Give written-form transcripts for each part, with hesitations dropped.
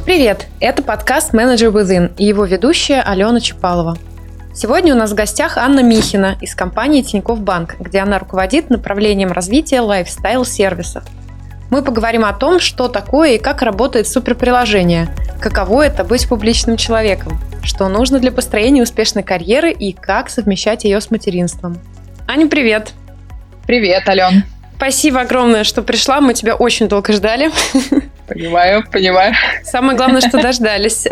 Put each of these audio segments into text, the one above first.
Привет! Это подкаст Manager Within и его ведущая Алена Чапалова. Сегодня у нас в гостях Анна Михина из компании Тинькофф Банк, где она руководит направлением развития лайфстайл-сервисов. Мы поговорим о том, что такое и как работает суперприложение, каково это быть публичным человеком, что нужно для построения успешной карьеры и как совмещать ее с материнством. Аня, привет! Привет, Ален! Спасибо огромное, что пришла, мы тебя очень долго ждали. Понимаю. Самое главное, что дождались.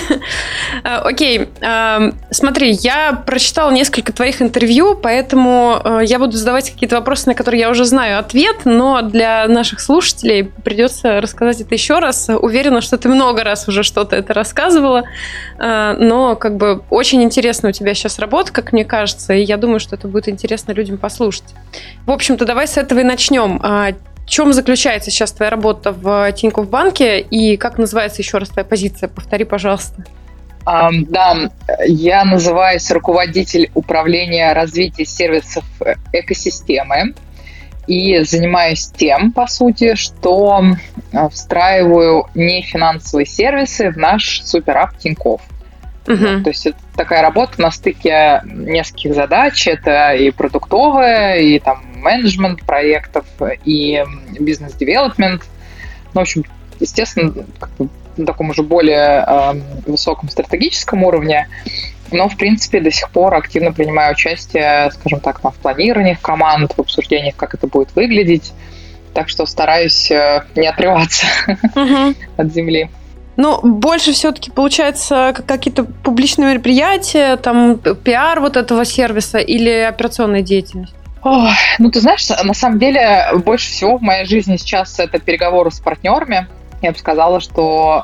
Окей, смотри, я прочитала несколько твоих интервью, поэтому я буду задавать какие-то вопросы, на которые я уже знаю ответ, но для наших слушателей придется рассказать это еще раз. Уверена, что ты много раз уже что-то это рассказывала, но очень интересно у тебя сейчас работа, как мне кажется, и я думаю, что это будет интересно людям послушать. В общем-то, давай с этого и начнем. В чем заключается сейчас твоя работа в Тинькофф Банке и как называется еще раз твоя позиция? Повтори, пожалуйста. Да, я называюсь руководитель управления развития сервисов экосистемы и занимаюсь тем, по сути, что встраиваю нефинансовые сервисы в наш суперап Тинькофф. То есть это такая работа на стыке нескольких задач. Это и продуктовая, и там менеджмент проектов, и бизнес-девелопмент. В общем, естественно, на таком уже более высоком стратегическом уровне. Но, в принципе, до сих пор активно принимаю участие, скажем так, в планировании команд, в обсуждениях, как это будет выглядеть. Так что стараюсь не отрываться от земли. Ну, больше все-таки получается какие-то публичные мероприятия, там пиар вот этого сервиса или операционная деятельность? Ты знаешь, на самом деле больше всего в моей жизни сейчас это переговоры с партнерами. Я бы сказала, что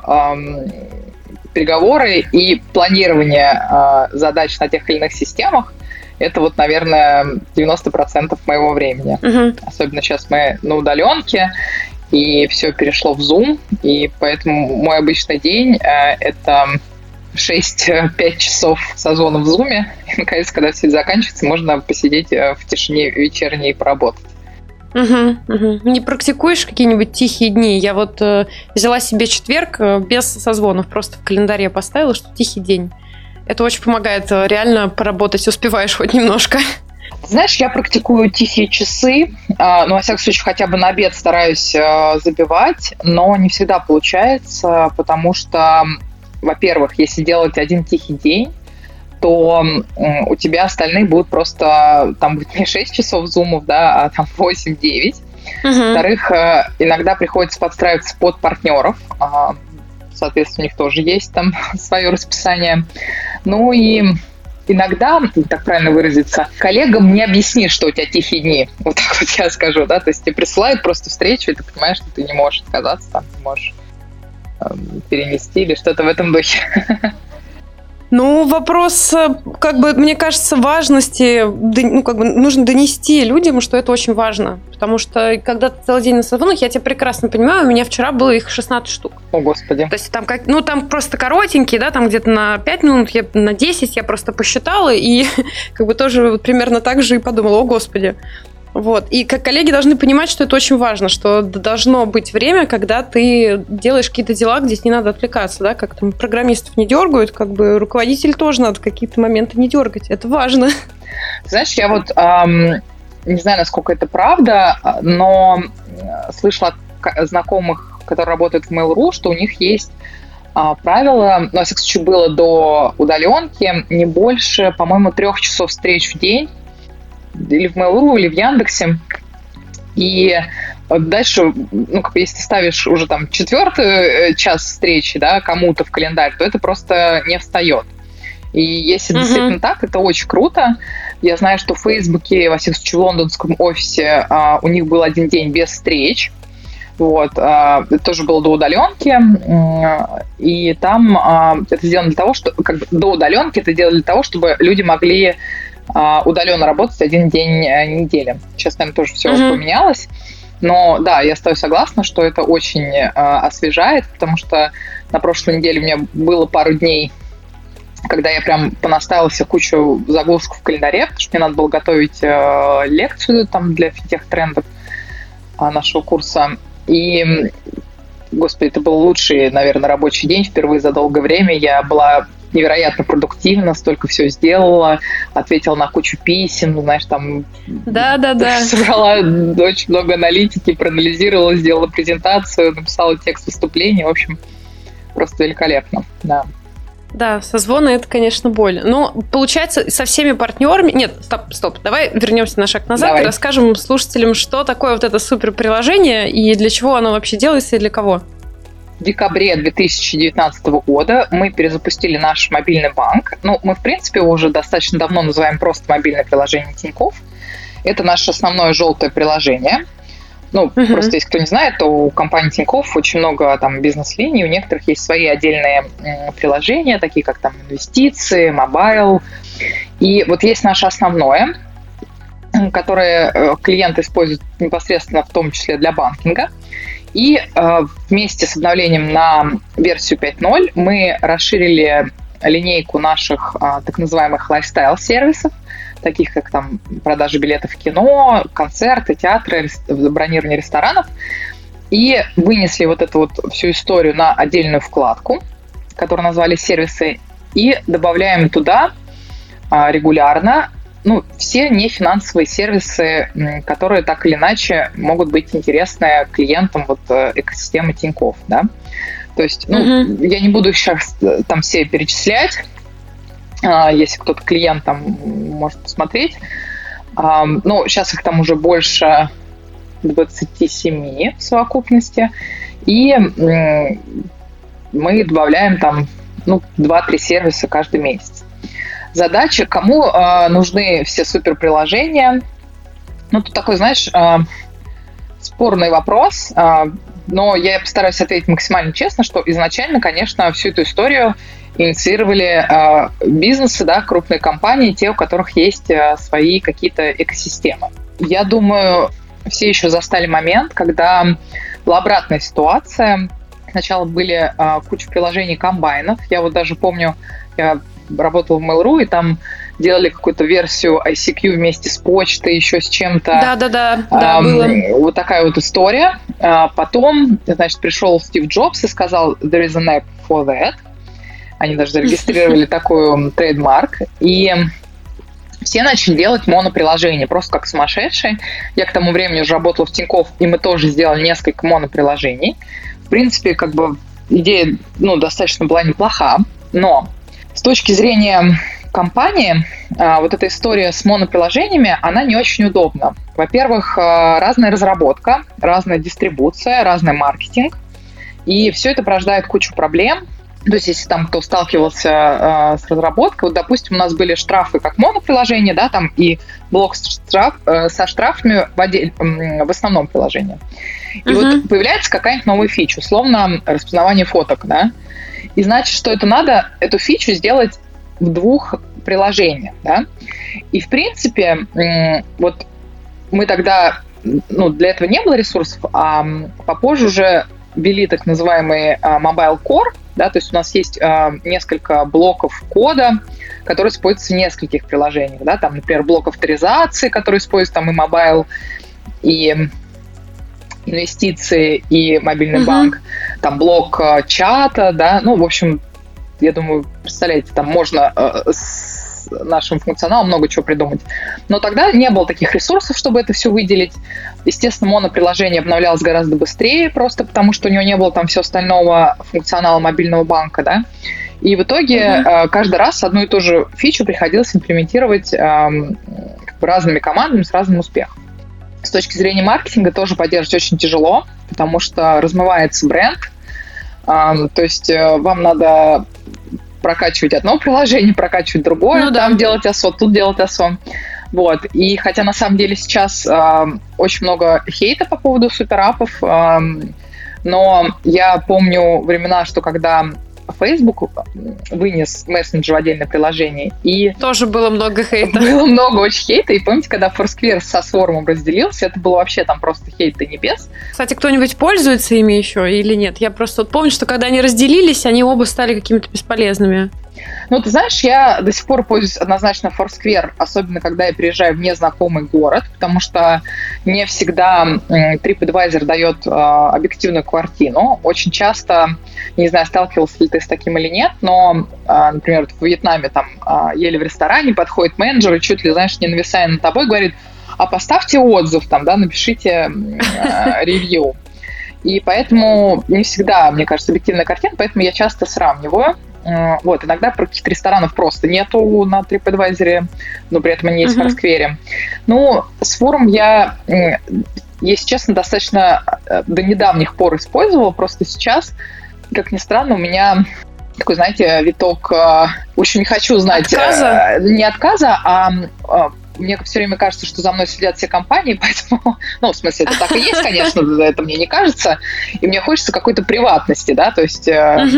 переговоры и планирование задач на тех или иных системах это наверное, 90% моего времени. Особенно сейчас мы на удаленке. И все перешло в Zoom, и поэтому мой обычный день это 6-5 часов созвона в Zoom. И, наконец, когда все это заканчивается, можно посидеть в тишине вечерней и поработать. Не практикуешь какие-нибудь тихие дни? Я взяла себе четверг без созвонов, просто в календаре поставила, что тихий день. Это очень помогает реально поработать, успеваешь хоть немножко. Знаешь, я практикую тихие часы, во всяком случае, хотя бы на обед стараюсь забивать, но не всегда получается, потому что, во-первых, если делать один тихий день, то у тебя остальные будут просто, там будет не 6 часов зумов, да, а там 8-9. Во-вторых, иногда приходится подстраиваться под партнеров, соответственно, у них тоже есть там свое расписание. Ну и иногда, так правильно выразиться, коллегам не объяснишь, что у тебя тихие дни. Вот так вот я скажу, да, то есть тебе присылают просто встречу, и ты понимаешь, что ты не можешь отказаться, там, не можешь перенести или что-то в этом духе. Ну, вопрос, мне кажется, важности, нужно донести людям, что это очень важно. Потому что, когда ты целый день на созвонах, я тебя прекрасно понимаю, у меня вчера было их 16 штук. О, Господи. То есть там просто коротенькие, да, там где-то на 5 минут, на 10 я просто посчитала, и тоже примерно так же и подумала, о, Господи. И как коллеги должны понимать, что это очень важно, что должно быть время, когда ты делаешь какие-то дела, где не надо отвлекаться, да, как там программистов не дергают, руководитель тоже надо какие-то моменты не дергать, это важно. Знаешь, я не знаю, насколько это правда, но слышала от знакомых, которые работают в Mail.ru, что у них есть правило, во всяком случае было до удаленки, не больше, по-моему, 3 часов встреч в день, или в Mail.ru, или в Яндексе. И дальше, если ты ставишь уже там 4-й час встречи, да, кому-то в календарь, то это просто не встает. И если действительно так, это очень круто. Я знаю, что в Фейсбуке, во всяком случае, в лондонском офисе у них был один день без встреч. Это тоже было до удаленки. И там это сделано для того, что до удаленки это делали для того, чтобы люди могли удаленно работать один день недели. Сейчас, наверное, тоже все поменялось. Но да, я с тобой согласна, что это очень освежает, потому что на прошлой неделе у меня было пару дней, когда я прям понаставила себе кучу заглушек в календаре, потому что мне надо было готовить лекцию там для финтех-трендов нашего курса. И господи, это был лучший, наверное, рабочий день впервые за долгое время. Я была невероятно продуктивна, столько все сделала, ответила на кучу писем, знаешь, там... Да. Собрала очень много аналитики, проанализировала, сделала презентацию, написала текст выступления, в общем, просто великолепно, да. Да, созвоны это, конечно, боль. Но получается, со всеми партнерами... Нет, стоп, давай вернемся на шаг назад и расскажем слушателям, что такое вот это суперприложение и для чего оно вообще делается и для кого. В декабре 2019 года мы перезапустили наш мобильный банк. Ну, мы, в принципе, уже достаточно давно называем просто мобильное приложение Тинькофф. Это наше основное желтое приложение. Ну, просто если кто не знает, то у компании Тинькофф очень много там бизнес-линий, у некоторых есть свои отдельные приложения, такие как там инвестиции, мобайл. И вот есть наше основное, которое клиент использует непосредственно в том числе для банкинга. И вместе с обновлением на версию 5.0 мы расширили линейку наших так называемых лайфстайл-сервисов, таких как там продажа билетов в кино, концерты, театры, бронирование ресторанов. И вынесли вот эту вот всю историю на отдельную вкладку, которую назвали «Сервисы», и добавляем туда регулярно все нефинансовые сервисы, которые так или иначе могут быть интересны клиентам экосистемы Тинькофф, да. То есть, я не буду их сейчас там все перечислять, если кто-то клиент там может посмотреть. Но сейчас их там уже больше 27 в совокупности. И мы добавляем там 2-3 сервиса каждый месяц. Задача, кому нужны все суперприложения? Тут такой, знаешь, спорный вопрос, но я постараюсь ответить максимально честно, что изначально, конечно, всю эту историю инициировали бизнесы, да, крупные компании, те, у которых есть свои какие-то экосистемы. Я думаю, все еще застали момент, когда была обратная ситуация. Сначала были куча приложений комбайнов. Я вот даже помню, я работал в Mail.ru, и там делали какую-то версию ICQ вместе с почтой, еще с чем-то. Да, было. Вот такая вот история. Потом, значит, пришел Стив Джобс и сказал «There is an app for that». Они даже зарегистрировали такой трейдмарк. И все начали делать моноприложения, просто как сумасшедшие. Я к тому времени уже работала в Тинькофф, и мы тоже сделали несколько моноприложений. В принципе, как бы идея, достаточно была неплоха, но с точки зрения компании, вот эта история с моноприложениями, она не очень удобна. Во-первых, разная разработка, разная дистрибуция, разный маркетинг, и все это порождает кучу проблем. То есть, если там кто сталкивался с разработкой, вот, допустим, у нас были штрафы как моноприложение, да, там и блок со штрафами в основном приложении. И вот появляется какая-нибудь новая фича, условно, распознавание фоток, да, и значит, что это надо, эту фичу сделать в 2 приложениях, да. И, в принципе, вот мы тогда, для этого не было ресурсов, а попозже уже ввели так называемый Mobile Core, да, то есть у нас есть несколько блоков кода, которые используются в нескольких приложениях, да, там, например, блок авторизации, который использует там и мобайл, и инвестиции, и мобильный банк, там блок чата, да, в общем, я думаю, представляете, там можно с нашим функционалом много чего придумать. Но тогда не было таких ресурсов, чтобы это все выделить. Естественно, моноприложение обновлялось гораздо быстрее, просто потому что у него не было там всего остального функционала мобильного банка, да. И в итоге каждый раз одну и ту же фичу приходилось имплементировать разными командами с разным успехом. С точки зрения маркетинга тоже поддерживать очень тяжело, потому что размывается бренд. То есть вам надо прокачивать одно приложение, прокачивать другое, там делать АСО, тут делать АСО. Вот. И хотя на самом деле сейчас очень много хейта по поводу суперапов, но я помню времена, что когда Facebook вынес мессенджер в отдельное приложение, и тоже было много хейта. Было много очень хейта, и помните, когда Foursquare со Swarm разделился, это было вообще там просто хейт до небес. Кстати, кто-нибудь пользуется ими еще или нет? Я просто помню, что когда они разделились, они оба стали какими-то бесполезными. Ну, ты знаешь, я до сих пор пользуюсь однозначно Foursquare, особенно когда я приезжаю в незнакомый город, потому что не всегда TripAdvisor дает объективную картину. Очень часто, не знаю, сталкивался ли ты с таким или нет, но, например, в Вьетнаме там еле в ресторане подходит менеджер и чуть ли, знаешь, не нависая над тобой, говорит: а поставьте отзыв там, да, напишите ревью. И поэтому не всегда, мне кажется, объективная картина, поэтому я часто сравниваю. Вот, иногда каких-то ресторанов просто нету на TripAdvisor, но при этом они есть в Foursquare. Ну, с форум я, если честно, достаточно до недавних пор использовала, просто сейчас, как ни странно, у меня такой, знаете, виток, очень не хочу знать... Отказа? Не отказа, а... Мне все время кажется, что за мной следят все компании, поэтому, ну, в смысле, это так и есть, конечно, это мне не кажется, и мне хочется какой-то приватности, да, то есть,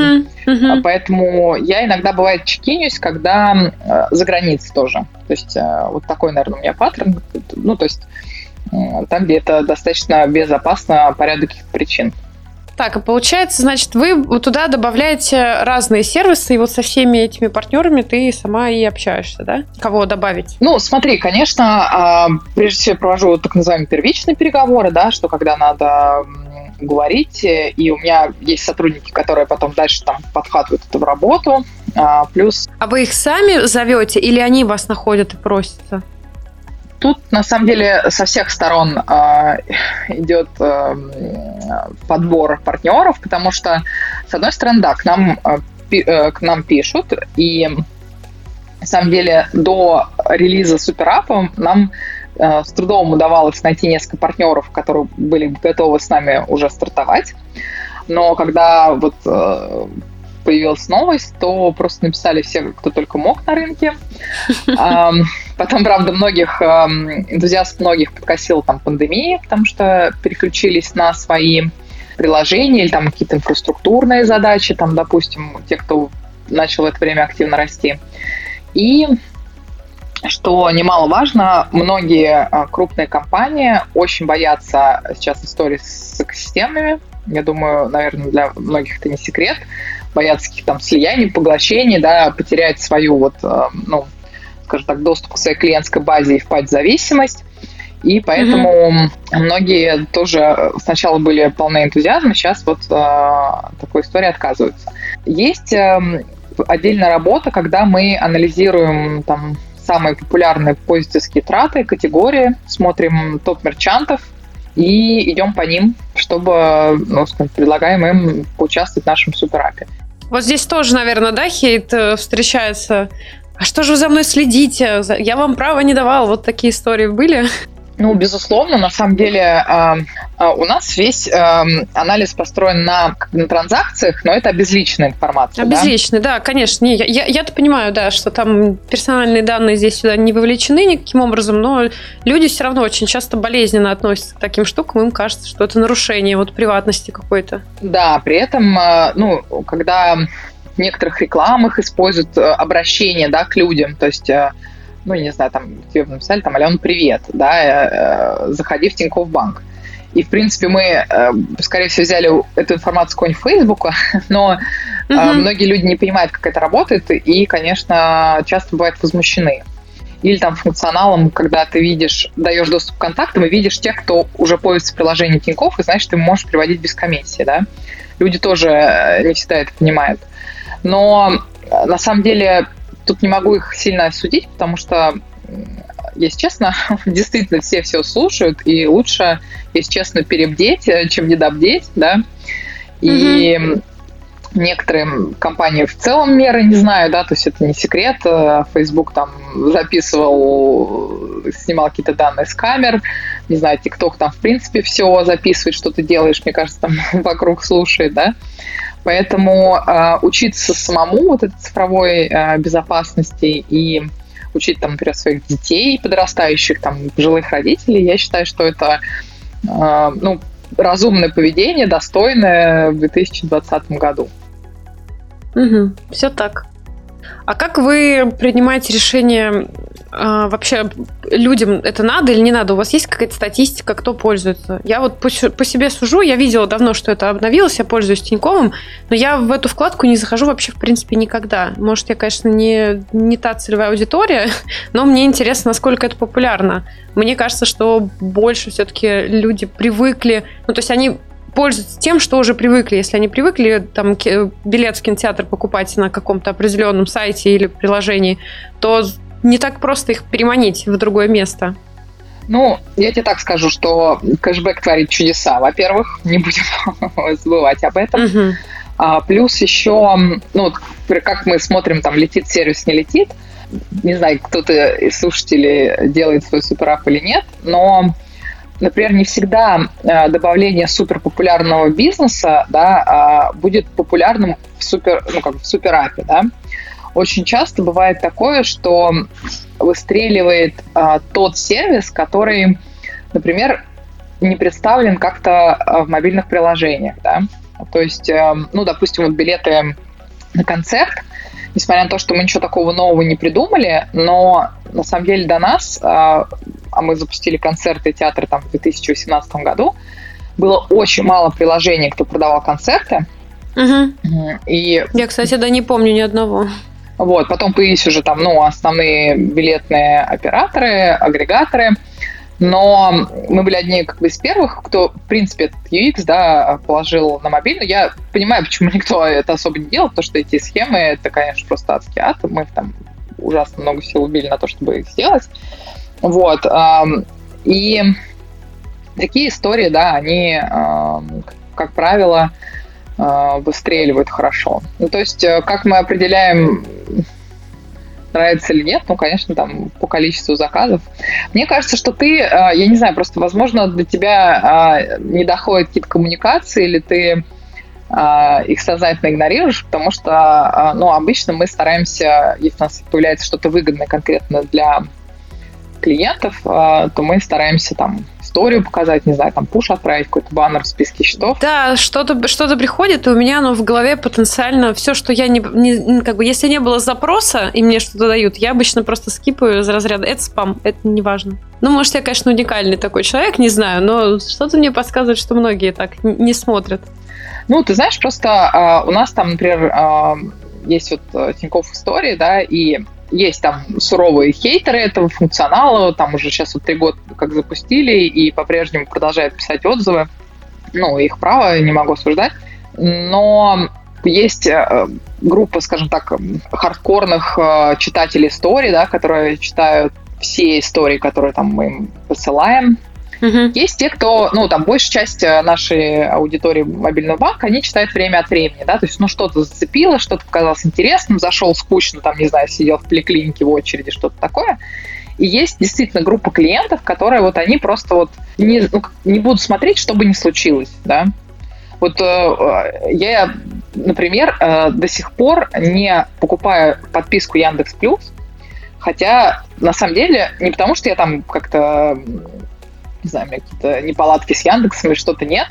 поэтому я иногда, бывает, чекинюсь, когда за границей тоже, то есть, вот такой, наверное, у меня паттерн, ну, то есть, там, где это достаточно безопасно по ряду каких-то причин. Так, и получается, значит, вы туда добавляете разные сервисы, и вот со всеми этими партнерами ты сама и общаешься, да? Кого добавить? Ну, смотри, конечно, прежде всего я провожу так называемые первичные переговоры, да, что когда надо говорить, и у меня есть сотрудники, которые потом дальше там подхватывают это в работу, плюс... А вы их сами зовете или они вас находят и просятся? Тут, на самом деле, со всех сторон идет подбор партнеров, потому что, с одной стороны, да, к нам пишут, и, на самом деле, до релиза суперапа нам с трудом удавалось найти несколько партнеров, которые были готовы с нами уже стартовать. Но когда вот появилась новость, то просто написали все, кто только мог на рынке. Потом, правда, энтузиастов многих подкосила там пандемия, потому что переключились на свои приложения или там какие-то инфраструктурные задачи, там, допустим, те, кто начал в это время активно расти. И, что немаловажно, многие крупные компании очень боятся сейчас истории с экосистемами. Я думаю, наверное, для многих это не секрет. Боятся каких-то там слияний, поглощений, да, потерять свою вот, ну, скажем так, доступ к своей клиентской базе и впасть в зависимость. И поэтому многие тоже сначала были полны энтузиазма, сейчас вот такой истории отказываются. Есть отдельная работа, когда мы анализируем там самые популярные пользовательские траты, категории, смотрим топ-мерчантов и идем по ним, чтобы, ну, скажем, предлагаем им поучаствовать в нашем суперапе. Вот здесь тоже, наверное, да, хейт встречается. А что же вы за мной следите? Я вам права не давал. Вот такие истории были? Ну, безусловно, на самом деле у нас весь анализ построен на транзакциях, но это обезличенная информация. Обезличенная, да, конечно. Не, я-то понимаю, да, что там персональные данные здесь сюда не вовлечены никаким образом, но люди все равно очень часто болезненно относятся к таким штукам, им кажется, что это нарушение вот приватности какой-то. Да, при этом, ну, когда в некоторых рекламах используют обращение, да, к людям, то есть... ну, не знаю, там тебе написали, там, Алена, привет, да, заходи в Тинькофф Банк. И, в принципе, мы, скорее всего, взяли эту информацию с какого-нибудь Фейсбука, но многие люди не понимают, как это работает, и, конечно, часто бывают возмущены. Или там функционалом, когда ты видишь, даешь доступ к контактам и видишь тех, кто уже пользуется приложением Тинькофф, и значит, ты можешь приводить без комиссии, да. Люди тоже не всегда это понимают. Но, на самом деле, тут не могу их сильно осудить, потому что, если честно, действительно все слушают, и лучше, если честно, перебдеть, чем недобдеть, да. И некоторые компании в целом меры не знаю, да, то есть это не секрет. Facebook там снимал какие-то данные с камер, не знаю, TikTok там в принципе все записывает, что ты делаешь, мне кажется, там вокруг слушает, да. Поэтому учиться самому вот этой цифровой безопасности и учить, там, например, своих детей, подрастающих, там, пожилых родителей, я считаю, что это ну, разумное поведение, достойное в 2020 году. Угу, все так. А как вы принимаете решение вообще людям это надо или не надо? У вас есть какая-то статистика, кто пользуется? Я вот по себе сужу, я видела давно, что это обновилось, я пользуюсь Тиньковым, но я в эту вкладку не захожу вообще, в принципе, никогда. Может, я, конечно, не та целевая аудитория, но мне интересно, насколько это популярно. Мне кажется, что больше все-таки люди привыкли, ну, то есть они пользуются тем, что уже привыкли. Если они привыкли там билет в кинотеатр покупать на каком-то определенном сайте или приложении, то не так просто их переманить в другое место. Ну, я тебе так скажу, что кэшбэк творит чудеса. Во-первых, не будем забывать об этом. Плюс еще, ну, как мы смотрим, там, летит сервис, не летит. Не знаю, кто-то из слушателей делает свой суперап или нет, но, например, не всегда добавление суперпопулярного бизнеса, да, будет популярным в суперапе, да. Очень часто бывает такое, что выстреливает тот сервис, который, например, не представлен как-то в мобильных приложениях, да. То есть, ну, допустим, вот билеты на концерт, несмотря на то, что мы ничего такого нового не придумали, но на самом деле до нас, а мы запустили концерты и театры там в 2018 году, было очень мало приложений, кто продавал концерты. И я, кстати, да, не помню ни одного. Вот, потом появились уже там, ну, основные билетные операторы, агрегаторы, но мы были одни как бы из первых, кто, в принципе, этот UX, да, положил на мобильный. Я понимаю, почему никто это особо не делал, потому что эти схемы, это, конечно, просто адский ад. Мы там ужасно много сил убили на то, чтобы их сделать. Вот. И такие истории, да, они, как правило, выстреливают хорошо. Ну, то есть, как мы определяем, нравится или нет, ну, конечно, там, по количеству заказов. Мне кажется, что ты, я не знаю, просто, возможно, до тебя не доходят какие-то коммуникации, или ты их сознательно игнорируешь, потому что, ну, обычно мы стараемся, если у нас появляется что-то выгодное конкретно для клиентов, то мы стараемся там историю показать, не знаю, там пуш отправить, какой-то баннер в списке счетов. Да, что-то приходит, и у меня оно в голове потенциально все, что я не как бы, если не было запроса, и мне что-то дают, я обычно просто скипаю из разряда «это спам», это не важно. Ну, может, я, конечно, уникальный такой человек, не знаю, но что-то мне подсказывает, что многие так не смотрят. Ну, ты знаешь, просто у нас там, например, есть вот Тинькофф истории, да, и есть там суровые хейтеры этого функционала, там уже сейчас вот 3 года как запустили, и по-прежнему продолжают писать отзывы. Ну, их право, не могу осуждать. Но есть группа, скажем так, хардкорных читателей историй, да, которые читают все истории, которые там мы им посылаем. Есть те, кто, ну, там, большая часть нашей аудитории мобильного банка, они читают время от времени, да, то есть, ну, что-то зацепило, что-то показалось интересным, зашел скучно, там, не знаю, сидел в поликлинике в очереди, что-то такое. И есть действительно группа клиентов, которые вот они просто вот не будут смотреть, что бы ни случилось, да. Вот я, например, до сих пор не покупаю подписку Яндекс.Плюс, хотя, на самом деле, не потому, что я там как-то, не знаю, у меня какие-то неполадки с Яндексом или что-то нет,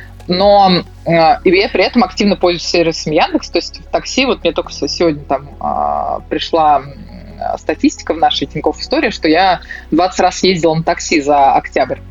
но и я при этом активно пользуюсь сервисом Яндекс, то есть в такси, вот мне только сегодня там пришла статистика в нашей Тинькофф истории, что я 20 раз ездила на такси за октябрь.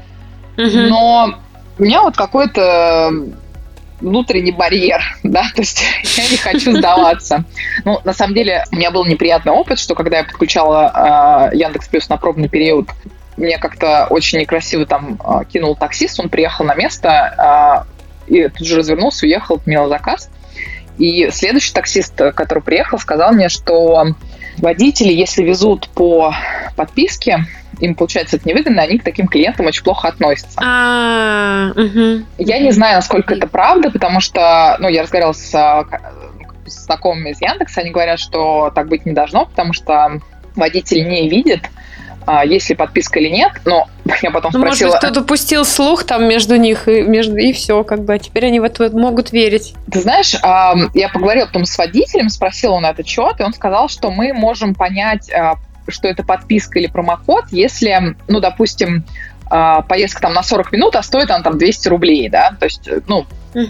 Но у меня вот какой-то внутренний барьер, да, то есть я не хочу сдаваться. Ну, на самом деле, у меня был неприятный опыт, что когда я подключала Яндекс.Плюс на пробный период, мне как-то очень некрасиво там кинул таксист, он приехал на место и тут же развернулся, уехал, отменил заказ. И следующий таксист, который приехал, сказал мне, что водители, если везут по подписке, им, получается, это невыгодно, они к таким клиентам очень плохо относятся. Я не знаю, насколько это правда, потому что, ну, я разговаривала с знакомыми из Яндекса, они говорят, что так быть не должно, потому что водитель не видит, есть ли подписка или нет, но я потом спросила... Может, кто-то пустил слух там между них, и все, как бы, а теперь они в это могут верить. Ты знаешь, я поговорила потом с водителем, спросила он на этот счет, и он сказал, что мы можем понять, что это подписка или промокод, если, ну, допустим, поездка там на 40 минут, а стоит она там 200 рублей, да, то есть, ну,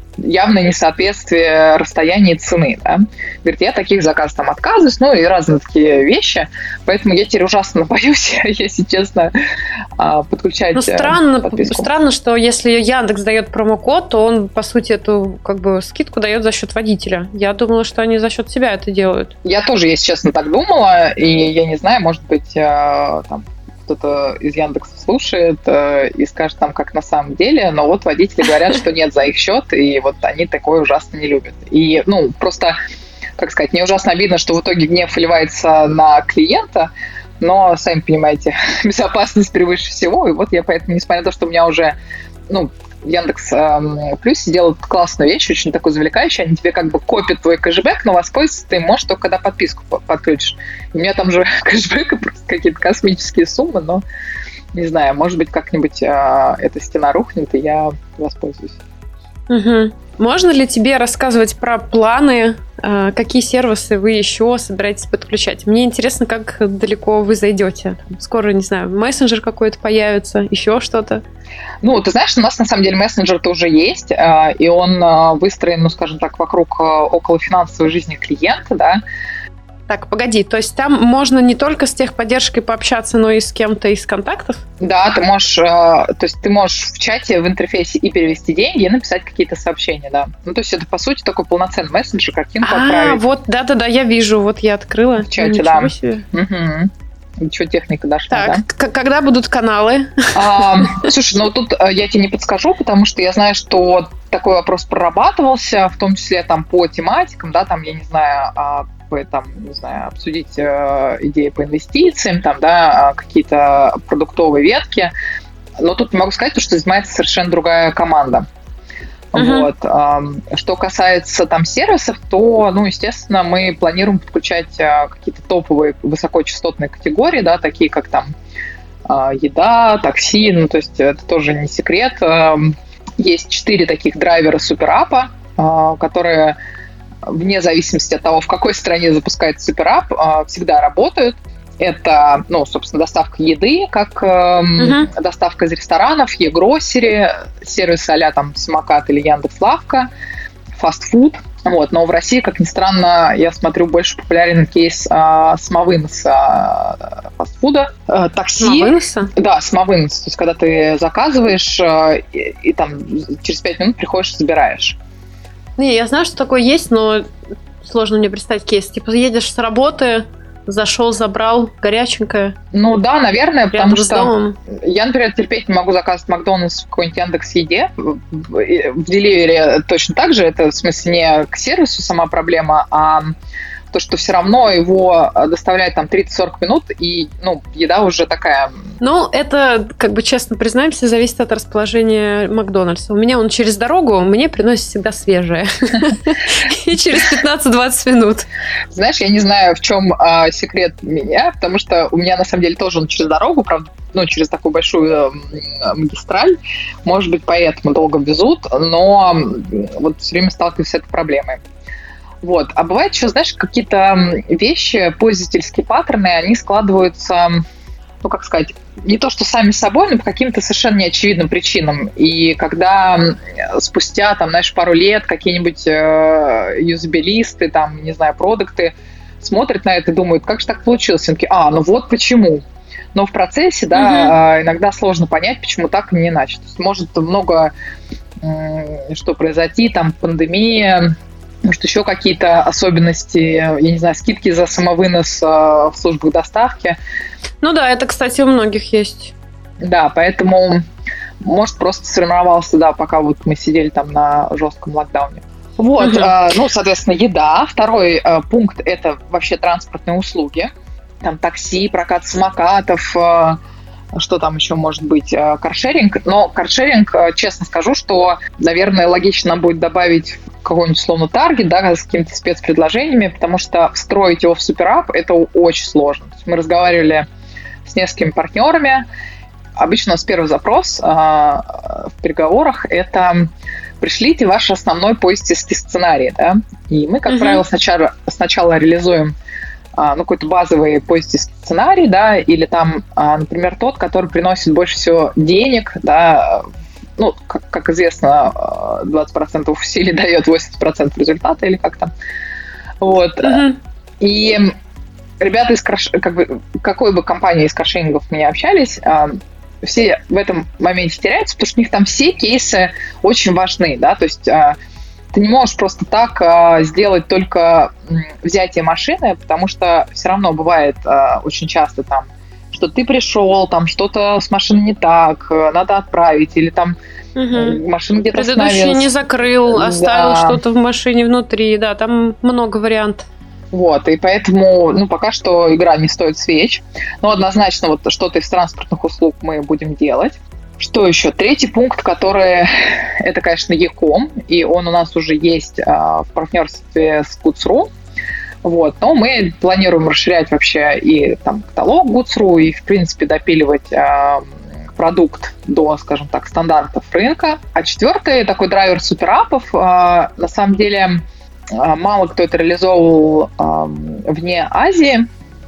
явное несоответствие расстояния и цены, да. Говорит, я таких заказов там отказываюсь, ну и разные такие вещи, поэтому я теперь ужасно боюсь, если честно, подключать подписку. Странно, что если Яндекс дает промокод, то он, по сути, эту как бы скидку дает за счет водителя. Я думала, что они за счет себя это делают. Я тоже, если честно, так думала, и я не знаю, может быть, там кто-то из Яндекса слушает и скажет там, как на самом деле, но вот водители говорят, что нет за их счет, и вот они такое ужасно не любят. И, ну, просто, как сказать, мне ужасно обидно, что в итоге гнев выливается на клиента, но, сами понимаете, безопасность превыше всего, и вот я поэтому, несмотря на то, что у меня уже, ну, Яндекс Плюсе делают классную вещь, очень такую завлекающую. Они тебе как бы копят твой кэшбэк, но воспользоваться ты можешь только когда подписку подключишь. У меня там же кэшбэк просто какие-то космические суммы, но не знаю, может быть, как-нибудь эта стена рухнет, и я воспользуюсь. Угу. Можно ли тебе рассказывать про планы, какие сервисы вы еще собираетесь подключать? Мне интересно, как далеко вы зайдете. Скоро, не знаю, мессенджер какой-то появится, еще что-то. Ну, ты знаешь, у нас на самом деле мессенджер-то уже есть, и он выстроен, ну, скажем так, вокруг околофинансовой жизни клиента, да. Так, погоди, то есть там можно не только с техподдержкой пообщаться, но и с кем-то из контактов? Да, ты можешь, то есть ты можешь в чате, в интерфейсе и перевести деньги, и написать какие-то сообщения, да. Ну, то есть это, по сути, такой полноценный мессенджер, картинку отправить. Вот, да-да-да, я вижу, вот я открыла. В чате, да. Угу. Ничего, техника дошла, так, да? Когда будут каналы? Слушай, ну тут я тебе не подскажу, потому что я знаю, что такой вопрос прорабатывался, в том числе там по тематикам, да, там, я не знаю, там, не знаю, обсудить идеи по инвестициям, там, да, какие-то продуктовые ветки. Но тут могу сказать, что занимается совершенно другая команда. Вот. Что касается там сервисов, то, ну, естественно, мы планируем подключать какие-то топовые высокочастотные категории, да, такие как там еда, такси, ну, то есть это тоже не секрет. Есть 4 таких драйвера суперапа, которые вне зависимости от того, в какой стране запускается суперап, всегда работают. Это, ну, собственно, доставка еды, как доставка из ресторанов, e-grocery, сервисы а-ля там Самокат или Яндекс.Лавка, фастфуд. Вот. Но в России, как ни странно, я смотрю, больше популярен кейс самовыноса фастфуда. Такси. Самовыноса? Да, самовынос. То есть, когда ты заказываешь и там через 5 минут приходишь и забираешь. Не, я знаю, что такое есть, но сложно мне представить кейс. Типа, едешь с работы, зашел, забрал, горяченькое. Ну да, наверное, потому что домом. Я, например, терпеть не могу заказывать Макдональдс в какой-нибудь Яндекс.Еде. В Деливере точно так же. Это, в смысле, не к сервису сама проблема, а то, что все равно его доставляет там 30-40 минут, и, ну, еда уже такая... Ну, это, как бы, честно признаемся, зависит от расположения Макдональдса. У меня он через дорогу, мне приносит всегда свежее. И через 15-20 минут. Знаешь, я не знаю, в чем секрет меня, потому что у меня, на самом деле, тоже он через дорогу, правда, ну, через такую большую магистраль. Может быть, поэтому долго везут, но вот все время сталкиваюсь с этой проблемой. Вот. А бывает еще, знаешь, какие-то вещи, пользовательские паттерны, они складываются, ну, как сказать, не то что сами собой, но по каким-то совершенно неочевидным причинам. И когда спустя, там, знаешь, пару лет какие-нибудь юзабилисты, там, не знаю, продукты смотрят на это и думают, как же так получилось? Они такие, ну вот почему. Но в процессе, да, иногда сложно понять, почему так и не иначе. То есть может много что произойти, там, пандемия, может, еще какие-то особенности, я не знаю, скидки за самовынос в службах доставки. Ну да, это, кстати, у многих есть. Да, поэтому, может, просто сформировался, да, пока вот мы сидели там на жестком локдауне. Вот, ну, соответственно, еда. Второй пункт – это вообще транспортные услуги. Там такси, прокат самокатов, что там еще может быть, каршеринг. Но каршеринг, честно скажу, что, наверное, логично будет добавить какой-нибудь, условно, таргет, да, с какими-то спецпредложениями, потому что встроить его в суперап – это очень сложно. То есть мы разговаривали с несколькими партнерами. Обычно у нас первый запрос в переговорах – это пришлите ваш основной поисковый сценарий. Да? И мы, как правило, сначала реализуем какой-то базовый поисковый сценарий, да, или там, например, тот, который приносит больше всего денег, да, ну, как известно, 20% усилий дает 80% результата или как-то. Вот. И ребята из какой бы компании из каршерингов мы ни общались, все в этом моменте теряются, потому что у них там все кейсы очень важны, да, то есть ты не можешь просто так сделать только взятие машины, потому что все равно бывает очень часто там, что ты пришел, там что-то с машиной не так, надо отправить, или там машина где-то остановилась. Предыдущий не закрыл, оставил что-то в машине внутри, да, там много вариантов. Вот, и поэтому, ну, пока что игра не стоит свеч, но однозначно вот что-то из транспортных услуг мы будем делать. Что еще? Третий пункт, который, это, конечно, e-com, и он у нас уже есть в партнерстве с Goods.ru. Вот, но мы планируем расширять вообще и там каталог Goods.ru, и, в принципе, допиливать продукт до, скажем так, стандартов рынка. А четвертый такой драйвер суперапов, на самом деле, мало кто это реализовывал вне Азии.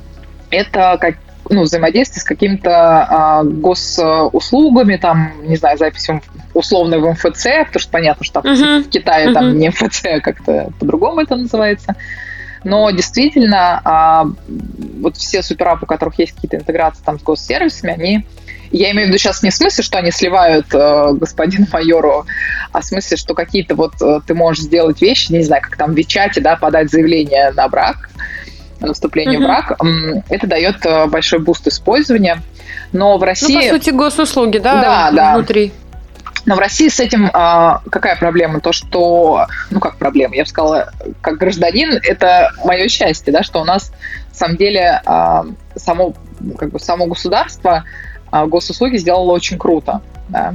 Это взаимодействие с какими-то госуслугами, там, не знаю, записью условно в МФЦ, потому что понятно, что там в Китае там не МФЦ, а как-то по-другому это называется. Но действительно, вот все суперапы, у которых есть какие-то интеграции там с госсервисами, они... Я имею в виду сейчас не в смысле, что они сливают господину майору, а в смысле, что какие-то вот ты можешь сделать вещи, не знаю, как там в Вичате, да, подать заявление на брак, на вступление в брак. Это дает большой буст использования. Но в России... Ну, по сути, госуслуги, да, внутри. Но в России с этим какая проблема? То, что... Ну, как проблема? Я бы сказала, как гражданин, это мое счастье, да, что у нас, на самом деле, само государство госуслуги сделало очень круто, да.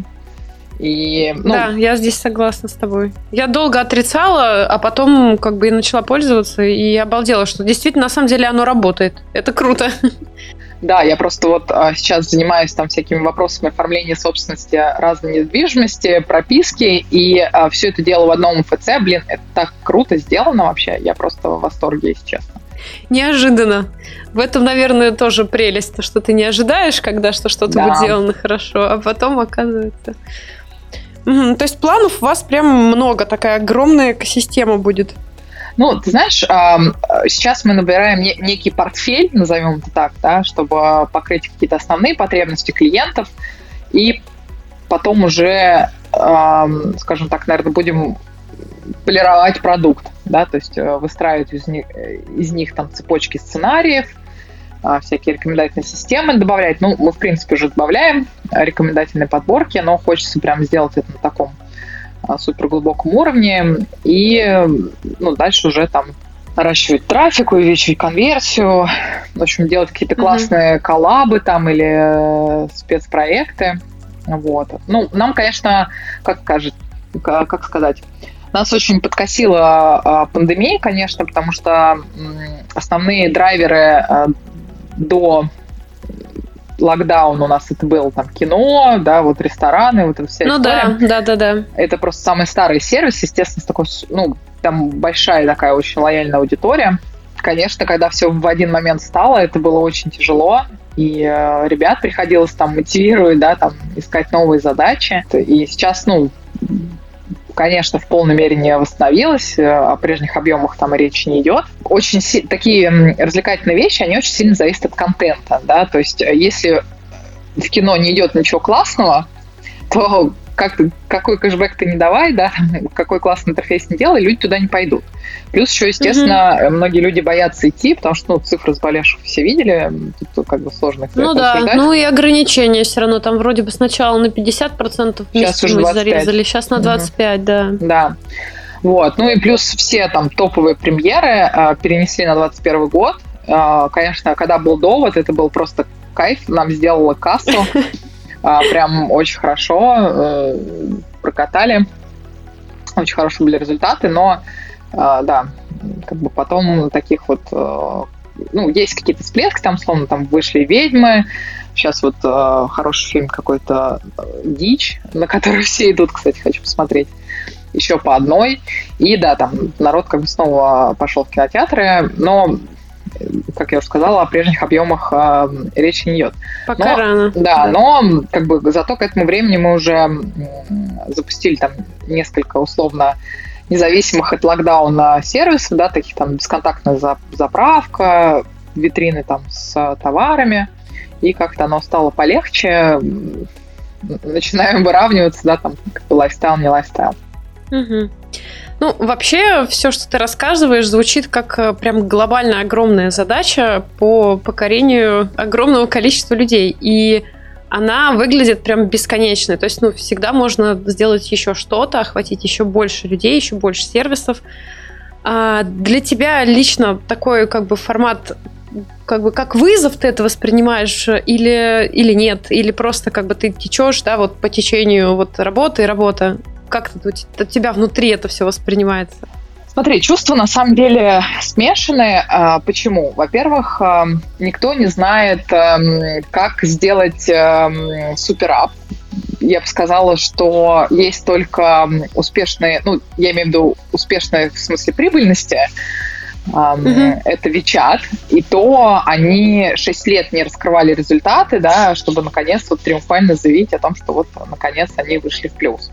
И, да, я здесь согласна с тобой. Я долго отрицала, а потом как бы и начала пользоваться, и обалдела, что действительно, на самом деле, оно работает. Это круто. Да, я просто вот сейчас занимаюсь там всякими вопросами оформления собственности разной недвижимости, прописки, и все это дело в одном МФЦ. Блин, это так круто сделано вообще. Я просто в восторге, если честно. Неожиданно. В этом, наверное, тоже прелесть, то, что ты не ожидаешь, когда что-то будет сделано хорошо, а потом оказывается... То есть планов у вас прям много, такая огромная экосистема будет. Ну, ты знаешь, сейчас мы набираем некий портфель, назовем это так, да, чтобы покрыть какие-то основные потребности клиентов, и потом уже, скажем так, наверное, будем полировать продукт, да, то есть выстраивать из них там цепочки сценариев, всякие рекомендательные системы добавлять. Ну, мы, в принципе, уже добавляем рекомендательные подборки, но хочется прям сделать это на таком суперглубоком уровне и дальше уже там наращивать трафик, увеличивать конверсию, в общем, делать какие-то классные коллабы там или спецпроекты. Вот. Ну, нам, конечно, как сказать, нас очень подкосила пандемия, конечно, потому что основные драйверы до локдаун у нас это было там кино, да, вот рестораны, вот эта вся история. Да. Это просто самый старый сервис, естественно, с такой, там большая такая очень лояльная аудитория. Конечно, когда все в один момент стало, это было очень тяжело, и ребят приходилось там мотивировать, да, там искать новые задачи. И сейчас, конечно, в полной мере не восстановилась, о прежних объемах там и речи не идет. Очень такие развлекательные вещи, они очень сильно зависят от контента, да, то есть если в кино не идет ничего классного, то какой кэшбэк ты не давай, да, какой классный интерфейс не делай, люди туда не пойдут. Плюс еще, естественно, многие люди боятся идти, потому что, цифры заболевших все видели, тут как бы сложно их обсуждать. И ограничения все равно, там вроде бы сначала на 50% сейчас уже 25%. Зарезали, сейчас на 25%, да. Да. Вот, и плюс все там топовые премьеры перенесли на 2021 год. Конечно, когда был довод, это был просто кайф, нам сделала кассу. Прям очень хорошо прокатали, очень хорошие были результаты, но да, как бы потом таких вот, есть какие-то всплески, там, словно, там вышли «Ведьмы», сейчас вот хороший фильм какой-то «Дичь», на который все идут, кстати, хочу посмотреть, еще по одной, и да, там народ как бы снова пошел в кинотеатры, но как я уже сказала, о прежних объемах речи не идет. Пока рано. Да, но как бы зато к этому времени мы уже запустили там несколько условно независимых от локдауна сервисов, да, таких там бесконтактная заправка, витрины там с товарами, и как-то оно стало полегче, начинаем выравниваться, да, там, как бы лайфстайл, не лайфстайл. Угу. Ну, вообще, все, что ты рассказываешь, звучит как прям глобально огромная задача по покорению огромного количества людей. И она выглядит прям бесконечной. То есть, ну, всегда можно сделать еще что-то, охватить еще больше людей, еще больше сервисов. А для тебя лично такой как бы формат, как бы как вызов ты это воспринимаешь или нет? Или просто как бы ты течешь, да, вот по течению вот работа и работа? Как у тебя внутри это все воспринимается? Смотри, чувства на самом деле смешанные. Почему? Во-первых, никто не знает, как сделать суперап. Я бы сказала, что есть только успешные, ну, я имею в виду успешные в смысле прибыльности. Это WeChat, и то они 6 лет не раскрывали результаты, да, чтобы наконец вот триумфально заявить о том, что вот наконец они вышли в плюс.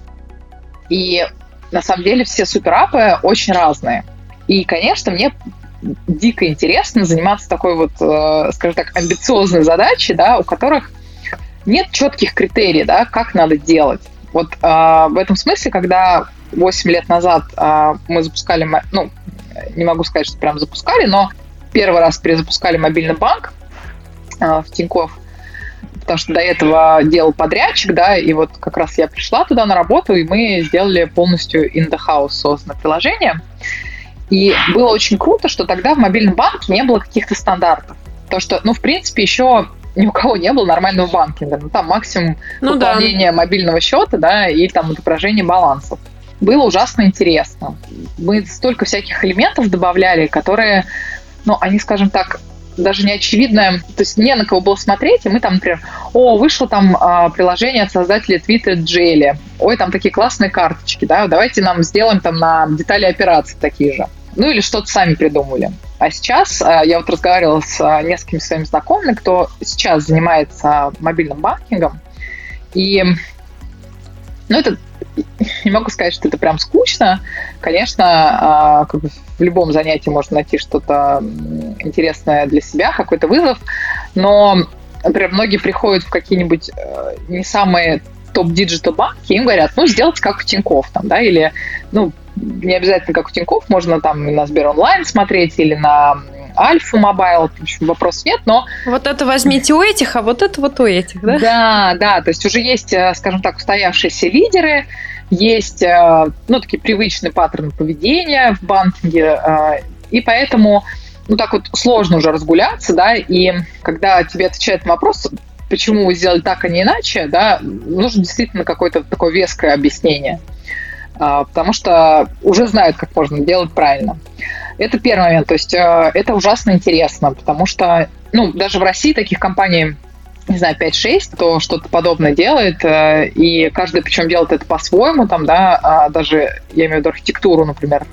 И на самом деле все суперапы очень разные. И, конечно, мне дико интересно заниматься такой вот, скажем так, амбициозной задачей, да, у которых нет четких критерий, да, как надо делать. Вот в этом смысле, когда 8 лет назад мы запускали, ну, не могу сказать, что прям запускали, но первый раз перезапускали мобильный банк в Тинькофф, потому что до этого делал подрядчик, да, и вот как раз я пришла туда на работу, и мы сделали полностью in the house созданное приложение. И было очень круто, что тогда в мобильном банке не было каких-то стандартов. То, что, ну, в принципе, еще ни у кого не было нормального банкинга. Ну, там максимум пополнения мобильного счета, да, и там отображение балансов. Было ужасно интересно. Мы столько всяких элементов добавляли, которые, ну, они, скажем так, даже не очевидно, то есть не на кого было смотреть, и мы там, например, вышло там приложение от создателя Twitter Jelly, там такие классные карточки, да, давайте нам сделаем там на детали операций такие же. Ну, или что-то сами придумали. А сейчас я вот разговаривала с несколькими своими знакомыми, кто сейчас занимается мобильным банкингом, и, ну, это не могу сказать, что это прям скучно. Конечно, как бы в любом занятии можно найти что-то интересное для себя, какой-то вызов, но, например, многие приходят в какие-нибудь не самые топ-диджитал банки, им говорят, ну, сделайте как в Тинькофф, там, да, или, ну, не обязательно как в Тинькофф, можно там на Сберонлайн смотреть или на Альфа Мобайл, в общем, вопросов нет, но... Вот это возьмите у этих, а вот это вот у этих, да? Да, да, то есть уже есть, скажем так, устоявшиеся лидеры, есть, ну, такие привычные паттерны поведения в банкинге, и поэтому, ну, так вот сложно уже разгуляться, да, и когда тебе отвечают на вопрос, почему вы сделали так, а не иначе, да, нужно действительно какое-то такое веское объяснение, потому что уже знают, как можно делать правильно. Это первый момент, то есть это ужасно интересно, потому что, ну, даже в России таких компаний, не знаю, 5-6, кто что-то подобное делает, и каждый причем делает это по-своему, там, да, даже, я имею в виду архитектуру, например,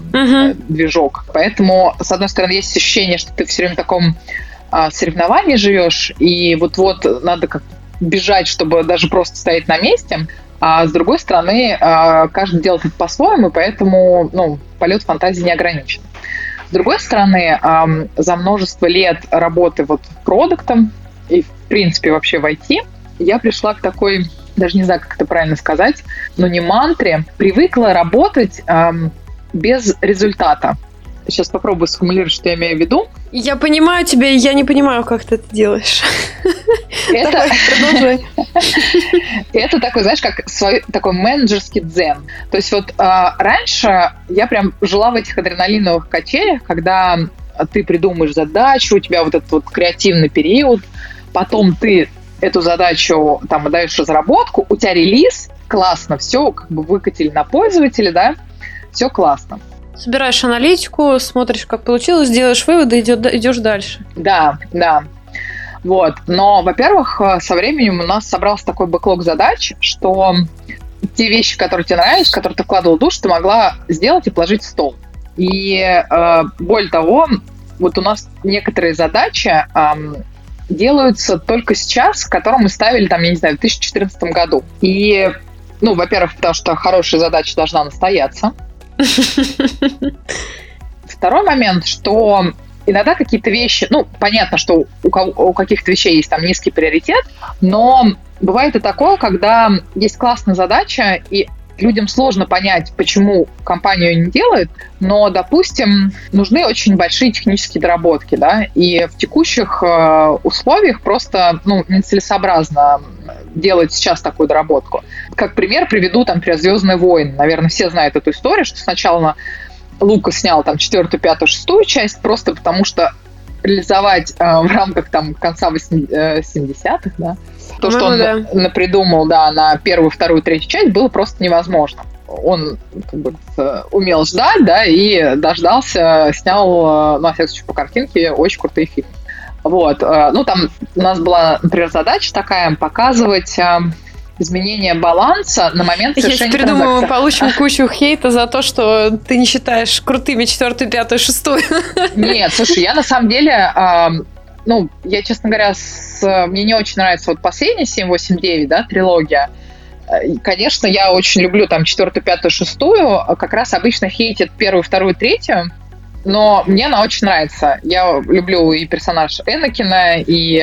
движок. Поэтому, с одной стороны, есть ощущение, что ты все время в таком соревновании живешь, и вот-вот надо как бежать, чтобы даже просто стоять на месте, а с другой стороны, каждый делает это по-своему, и поэтому, ну, полет фантазии не ограничен. С другой стороны, за множество лет работы вот продуктом и, в принципе, вообще в IT, я пришла к такой, даже не знаю, как это правильно сказать, но не мантре, привыкла работать без результата. Сейчас попробую сформулировать, что я имею в виду. Я понимаю тебя, и я не понимаю, как ты это делаешь. Это такой, знаешь, как такой менеджерский дзен. То есть вот раньше я прям жила в этих адреналиновых качелях, когда ты придумаешь задачу, у тебя вот этот вот креативный период, потом ты эту задачу там отдаешь в разработку, у тебя релиз, классно, все как бы выкатили на пользователя, да, все классно. Собираешь аналитику, смотришь, как получилось, делаешь выводы, идешь дальше. Да, да. Вот. Но, во-первых, со временем у нас собрался такой бэклог задач, что те вещи, которые тебе нравились, в которые ты вкладывал душу, ты могла сделать и положить в стол. И более того, вот у нас некоторые задачи делаются только сейчас, которые мы ставили, там, я не знаю, в 2014 году. И, ну, во-первых, потому что хорошая задача должна настояться. Второй момент, что иногда какие-то вещи, ну, понятно, что у каких-то вещей есть там низкий приоритет, но бывает и такое, когда есть классная задача, и людям сложно понять, почему компания ее не делает, но, допустим, нужны очень большие технические доработки, да, и в текущих условиях просто, ну, нецелесообразно делать сейчас такую доработку. Как пример приведу, там, например, «Звездные войны». Наверное, все знают эту историю, что сначала Лукас снял там 4-ю, 5-ю, 6-ю часть просто потому, что реализовать в рамках там конца 70-х, да, то, что он напридумал, да, на 1-ю, 2-ю, 3-ю часть, было просто невозможно. Он как бы умел ждать, да, и дождался, снял, ну, во всяком случае, по картинке очень крутые фильмы. Вот. Ну, там у нас была, например, задача такая, показывать изменение баланса на момент совершения транзакции. Я теперь думаю, мы получим кучу хейта за то, что ты не считаешь крутыми 4-ю, 5-ю, 6-ю. Нет, слушай, я на самом деле, ну, я, честно говоря, мне не очень нравится вот последняя 7, 8, 9, да, трилогия. Конечно, я очень люблю там 4-ю, 5-ю, 6-ю, как раз обычно хейтят 1-ю, 2-ю, 3-ю, но мне она очень нравится. Я люблю и персонаж Энакина, и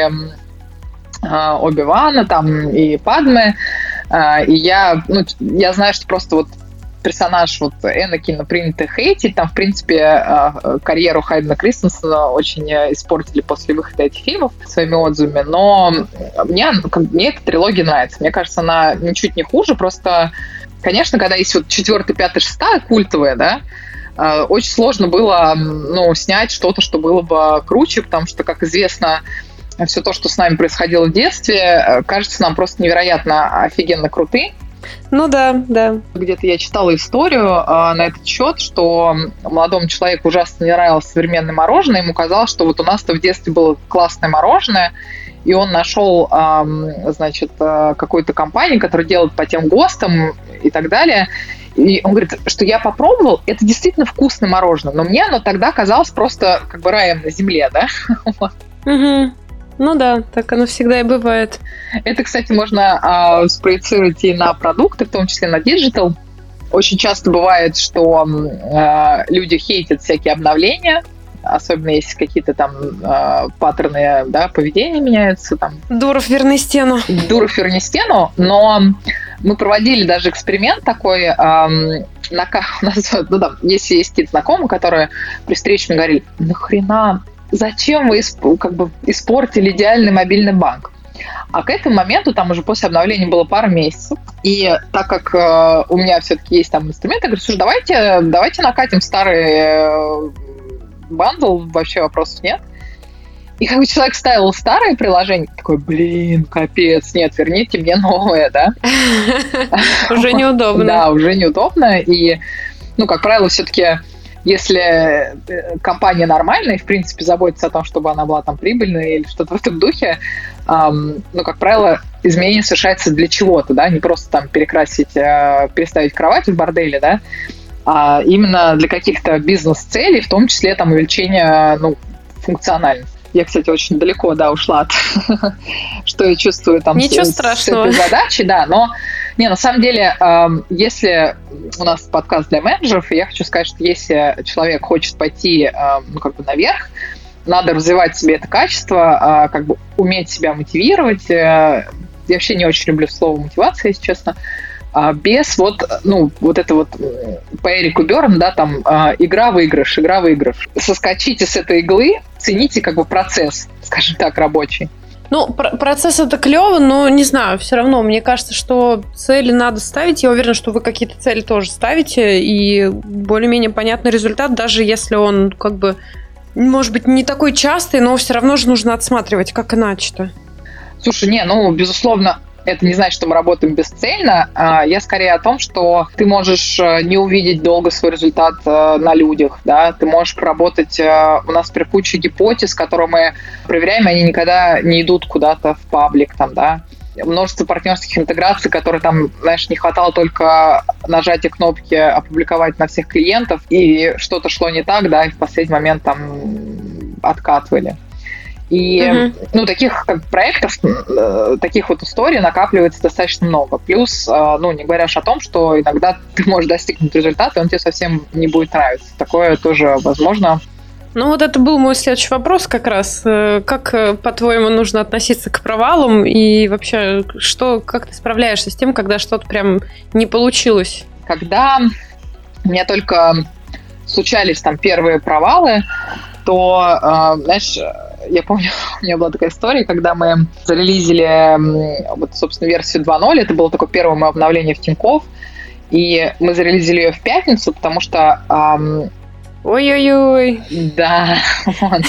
Оби-Вана, там, и Падме, и я знаю, что просто вот персонаж вот Энакина принято хейтить, там, в принципе, карьеру Хайдена Кристенсена очень испортили после выхода этих фильмов своими отзывами, но мне эта трилогия нравится, мне кажется, она ничуть не хуже, просто, конечно, когда есть вот 4-я, 5-я, 6-я культовая, да, очень сложно было, ну, снять что-то, что было бы круче, потому что, как известно, все то, что с нами происходило в детстве, кажется нам просто невероятно офигенно крутым. Ну да, да. Где-то я читала историю на этот счет, что молодому человеку ужасно не нравилось современное мороженое, ему казалось, что вот у нас-то в детстве было классное мороженое, и он нашел, значит, какую-то компанию, которая делает по тем ГОСТам и так далее. И он говорит, что я попробовал, это действительно вкусное мороженое, но мне оно тогда казалось просто как бы раем на земле, да? Угу. Ну да, так оно всегда и бывает. Это, кстати, можно спроецировать и на продукты, в том числе на диджитал. Очень часто бывает, что люди хейтят всякие обновления, особенно если какие-то там паттерны, да, поведения меняются. Там. Дуров, верни стену. Дуров, верни стену, но мы проводили даже эксперимент такой, у нас, ну да, если есть какие-то знакомые, которые при встрече мне говорили, нахрена, зачем вы как бы испортили идеальный мобильный банк? А к этому моменту, там уже после обновления было пару месяцев, и так как у меня все-таки есть там инструменты, я говорю, слушай, давайте накатим старый бандл, вообще вопросов нет. И как бы человек ставил старое приложение, такой, блин, капец, нет, верните мне новое, да? Уже неудобно. Да, уже неудобно, и, ну, как правило, все-таки если компания нормальная и, в принципе, заботится о том, чтобы она была там прибыльной или что-то в этом духе, ну, как правило, изменение совершается для чего-то, да, не просто там переставить кровать в борделе, да, а именно для каких-то бизнес-целей, в том числе там увеличения, ну, функциональности. Я, кстати, очень далеко, да, ушла от что я чувствую там с этой задачей, да, но не, на самом деле, если у нас подкаст для менеджеров, я хочу сказать, что если человек хочет пойти, ну, как бы наверх, надо развивать в себе это качество, как бы уметь себя мотивировать. Я вообще не очень люблю слово мотивация, если честно. Без вот это вот по Эрику Берн, да, там игра-выигрыш. Соскочите с этой иглы, цените как бы процесс, скажем так, рабочий. Ну, процесс это клево, но не знаю, все равно, мне кажется, что цели надо ставить. Я уверена, что вы какие-то цели тоже ставите, и более-менее понятный результат, даже если он как бы, может быть, не такой частый, но все равно же нужно отсматривать, как иначе-то. Слушай, безусловно, это не значит, что мы работаем бесцельно. Я скорее о том, что ты можешь не увидеть долго свой результат на людях, да, ты можешь проработать, у нас при куче гипотез, которые мы проверяем, они никогда не идут куда-то в паблик, там, да. Множество партнерских интеграций, которые там, знаешь, не хватало только нажатия кнопки «Опубликовать на всех клиентов», и что-то шло не так, да, и в последний момент там откатывали. И таких проектов, таких вот историй накапливается достаточно много. Плюс, не говоря уж о том, что иногда ты можешь достигнуть результата, и он тебе совсем не будет нравиться. Такое тоже возможно. Ну вот это был мой следующий вопрос как раз. Как, по-твоему, нужно относиться к провалам? И вообще, как ты справляешься с тем, когда что-то прям не получилось? Когда у меня только случались там первые провалы, то, знаешь, я помню, у меня была такая история, когда мы зарелизили вот, собственно, версию 2.0, это было такое первое мое обновление в Тинькофф, и мы зарелизили ее в пятницу, потому что... Ой-ой-ой. Да, вот.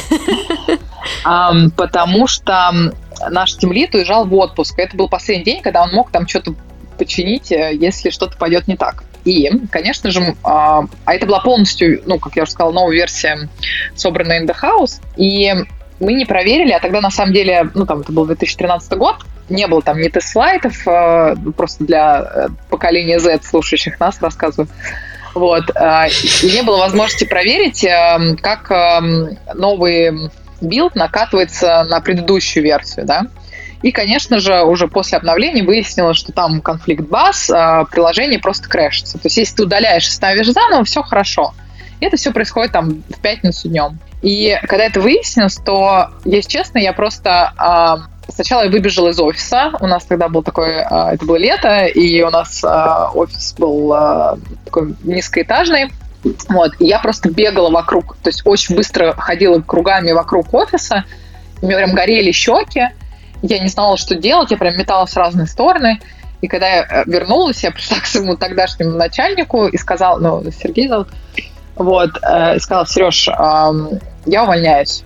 Потому что наш тимлид уезжал в отпуск. Это был последний день, когда он мог там что-то починить, если что-то пойдет не так. И, конечно же, это была полностью, как я уже сказала, новая версия, собранная in the house, и мы не проверили, а тогда, на самом деле, это был 2013 год, не было там ни тест-слайдов, просто для поколения Z, слушающих нас, рассказываю. Вот. И не было возможности проверить, как новый билд накатывается на предыдущую версию, да. И, конечно же, уже после обновления выяснилось, что там конфликт баз, приложение просто крэшится. То есть, если ты удаляешь и ставишь заново, все хорошо. И это все происходит там в пятницу днем. И когда это выяснилось, то, если честно, я просто... Сначала я выбежала из офиса. У нас тогда был такой... Это было лето, и у нас офис был такой низкоэтажный. Вот. И я просто бегала вокруг. То есть, очень быстро ходила кругами вокруг офиса. У меня прям горели щеки. Я не знала, что делать, я прям металась в разные стороны. И когда я вернулась, я пришла к своему тогдашнему начальнику и сказала, Сергей зовут, вот, и сказала: Сереж, я увольняюсь.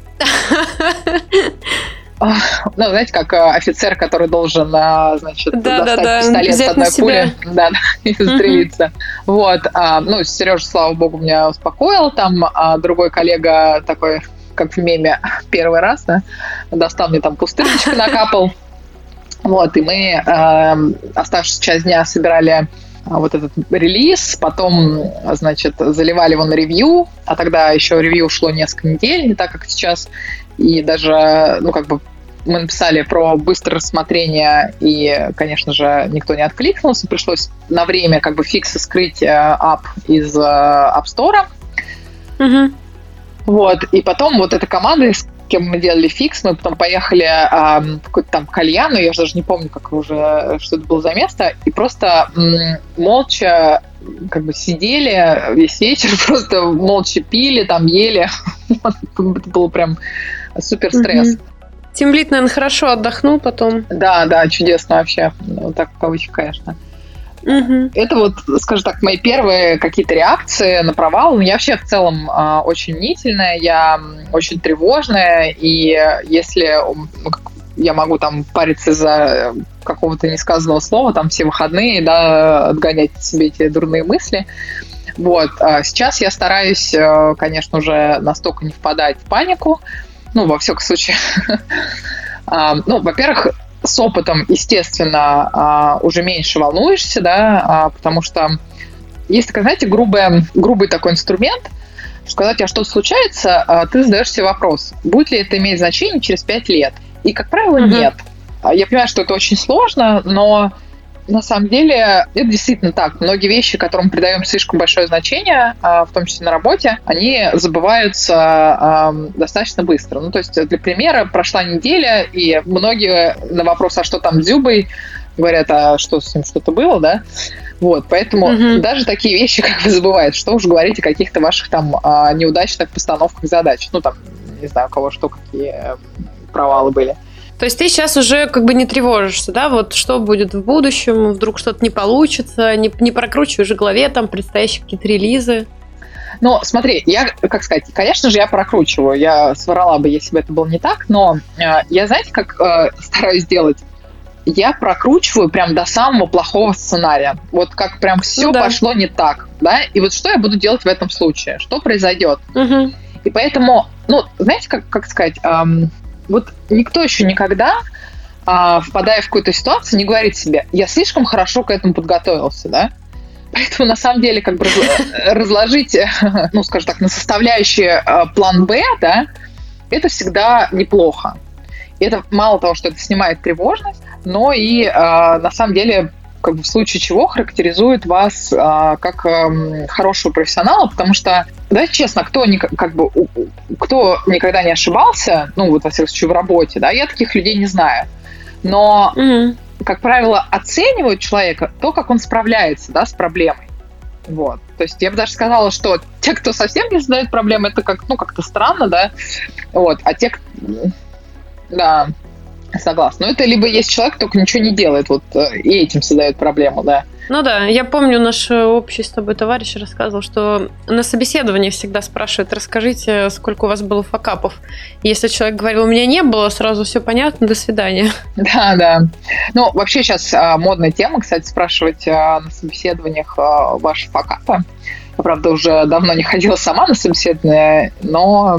Знаете, как офицер, который должен, достать пистолет с одной пули, и застрелиться. Вот, Сережа, слава богу, меня успокоил, там другой коллега такой, как в меме, первый раз, достал мне там пустырничку, накапал. Вот, и мы оставшуюся часть дня собирали вот этот релиз, потом, заливали его на ревью, а тогда еще ревью ушло несколько недель, не так, как сейчас, и даже, мы написали про быстрое рассмотрение, и, конечно же, никто не откликнулся, пришлось на время фиксы скрыть ап из App Store. Вот, и потом вот эта команда, с кем мы делали фикс, мы потом поехали в какой-то там кальян, я уже даже не помню, что это было за место, и просто молча сидели весь вечер, просто молча пили, там ели. Это было прям супер стресс. Тимлид, наверное, хорошо отдохнул потом. Да, чудесно вообще. Вот так в кавычках, конечно. Это вот, скажем так, мои первые какие-то реакции на провал. Я вообще в целом очень мнительная, я очень тревожная, и если я могу там париться из-за какого-то несказанного слова, там все выходные, отгонять себе эти дурные мысли. Вот. Сейчас я стараюсь, конечно, уже настолько не впадать в панику, во всяком случае. Во-первых, с опытом, естественно, уже меньше волнуешься, потому что есть такой, знаете, грубый такой инструмент, что когда у тебя что-то случается, ты задаешь себе вопрос, будет ли это иметь значение через 5 лет. И, как правило, нет. Я понимаю, что это очень сложно, но на самом деле это действительно так. Многие вещи, которым придаем слишком большое значение, в том числе на работе, они забываются достаточно быстро. То есть, для примера, прошла неделя, и многие на вопрос, а что там с Дзюбой, говорят, а что с ним что-то было, да? Вот, поэтому даже такие вещи забывают. Что уж говорить о каких-то ваших там неудачных постановках задач. Не знаю, у кого что, какие провалы были. То есть ты сейчас уже не тревожишься, да? Вот что будет в будущем, вдруг что-то не получится, не прокручиваешь в голове там предстоящие какие-то релизы? Смотри, конечно же, я прокручиваю. Я соврала бы, если бы это было не так, но я, знаете, как стараюсь делать? Я прокручиваю прям до самого плохого сценария. Вот как прям все пошло не так, да? И вот что я буду делать в этом случае? Что произойдет? И поэтому, знаете, как сказать... Вот никто еще никогда, впадая в какую-то ситуацию, не говорит себе: я слишком хорошо к этому подготовился, да? Поэтому, на самом деле, разложить, скажем так, на составляющие план «Б», да, это всегда неплохо. И это мало того, что это снимает тревожность, но и на самом деле как бы в случае чего характеризует вас как хорошего профессионала, потому что, давайте честно, кто никогда не ошибался, ну вот во всяком случае в работе, да, я таких людей не знаю, но, как правило, оценивают человека то, как он справляется, да, с проблемой. Вот. То есть я бы даже сказала, что те, кто совсем не задает проблемы, это как-то странно, да, вот, а те, да, согласна. Но это либо есть человек, только ничего не делает, вот, и этим создает проблему, да. Ну да, я помню, наш общий с тобой товарищ рассказывал, что на собеседовании всегда спрашивают: расскажите, сколько у вас было факапов. И если человек говорил: у меня не было, сразу все понятно, до свидания. Да. Ну, вообще сейчас модная тема, кстати, спрашивать на собеседованиях ваши факапы. Я, правда, уже давно не ходила сама на собеседование, но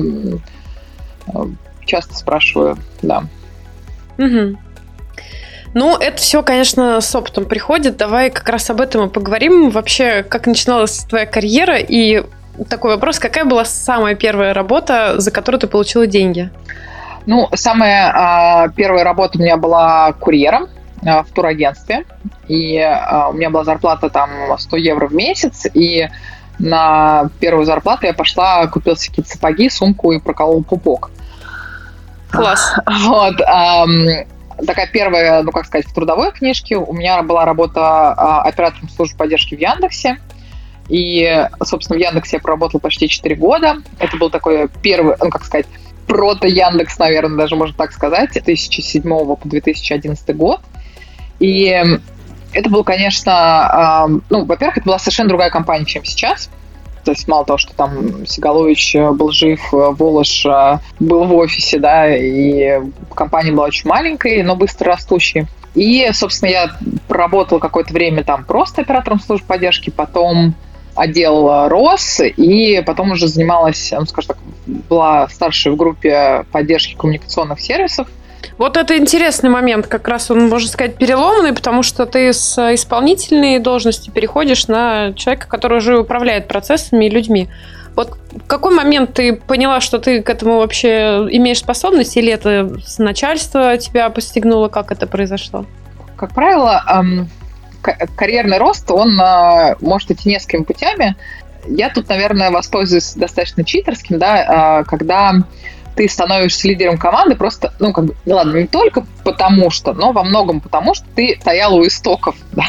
часто спрашиваю, да. Угу. Ну, это все, конечно, с опытом приходит. Давай как раз об этом и поговорим. Вообще, как начиналась твоя карьера? И такой вопрос: какая была самая первая работа, за которую ты получила деньги? Ну, самая первая работа у меня была курьером в турагентстве. И у меня была зарплата там 100 евро в месяц. И на первую зарплату я пошла, купила всякие сапоги, сумку и проколола пупок. Класс. Вот. Такая первая, в трудовой книжке у меня была работа оператором службы поддержки в Яндексе. И, собственно, в Яндексе я проработала почти 4 года. Это был такой первый, прото-Яндекс, наверное, даже можно так сказать, с 2007 по 2011 год. И это был, конечно, во-первых, это была совершенно другая компания, чем сейчас. То есть мало того, что там Сигалович был жив, Волош был в офисе, да, и компания была очень маленькой, но быстро растущей. И, собственно, я проработала какое-то время там просто оператором службы поддержки, потом отдел рос, и потом уже занималась, была старшей в группе поддержки коммуникационных сервисов. Вот это интересный момент, как раз он, можно сказать, переломный, потому что ты с исполнительной должности переходишь на человека, который уже управляет процессами и людьми. Вот в какой момент ты поняла, что ты к этому вообще имеешь способность, или это с начальства тебя постигнуло, как это произошло? Как правило, карьерный рост, он может идти несколькими путями. Я тут, наверное, воспользуюсь достаточно читерским, да, когда ты становишься лидером команды просто, не только потому что, но во многом потому, что ты стоял у истоков. Да.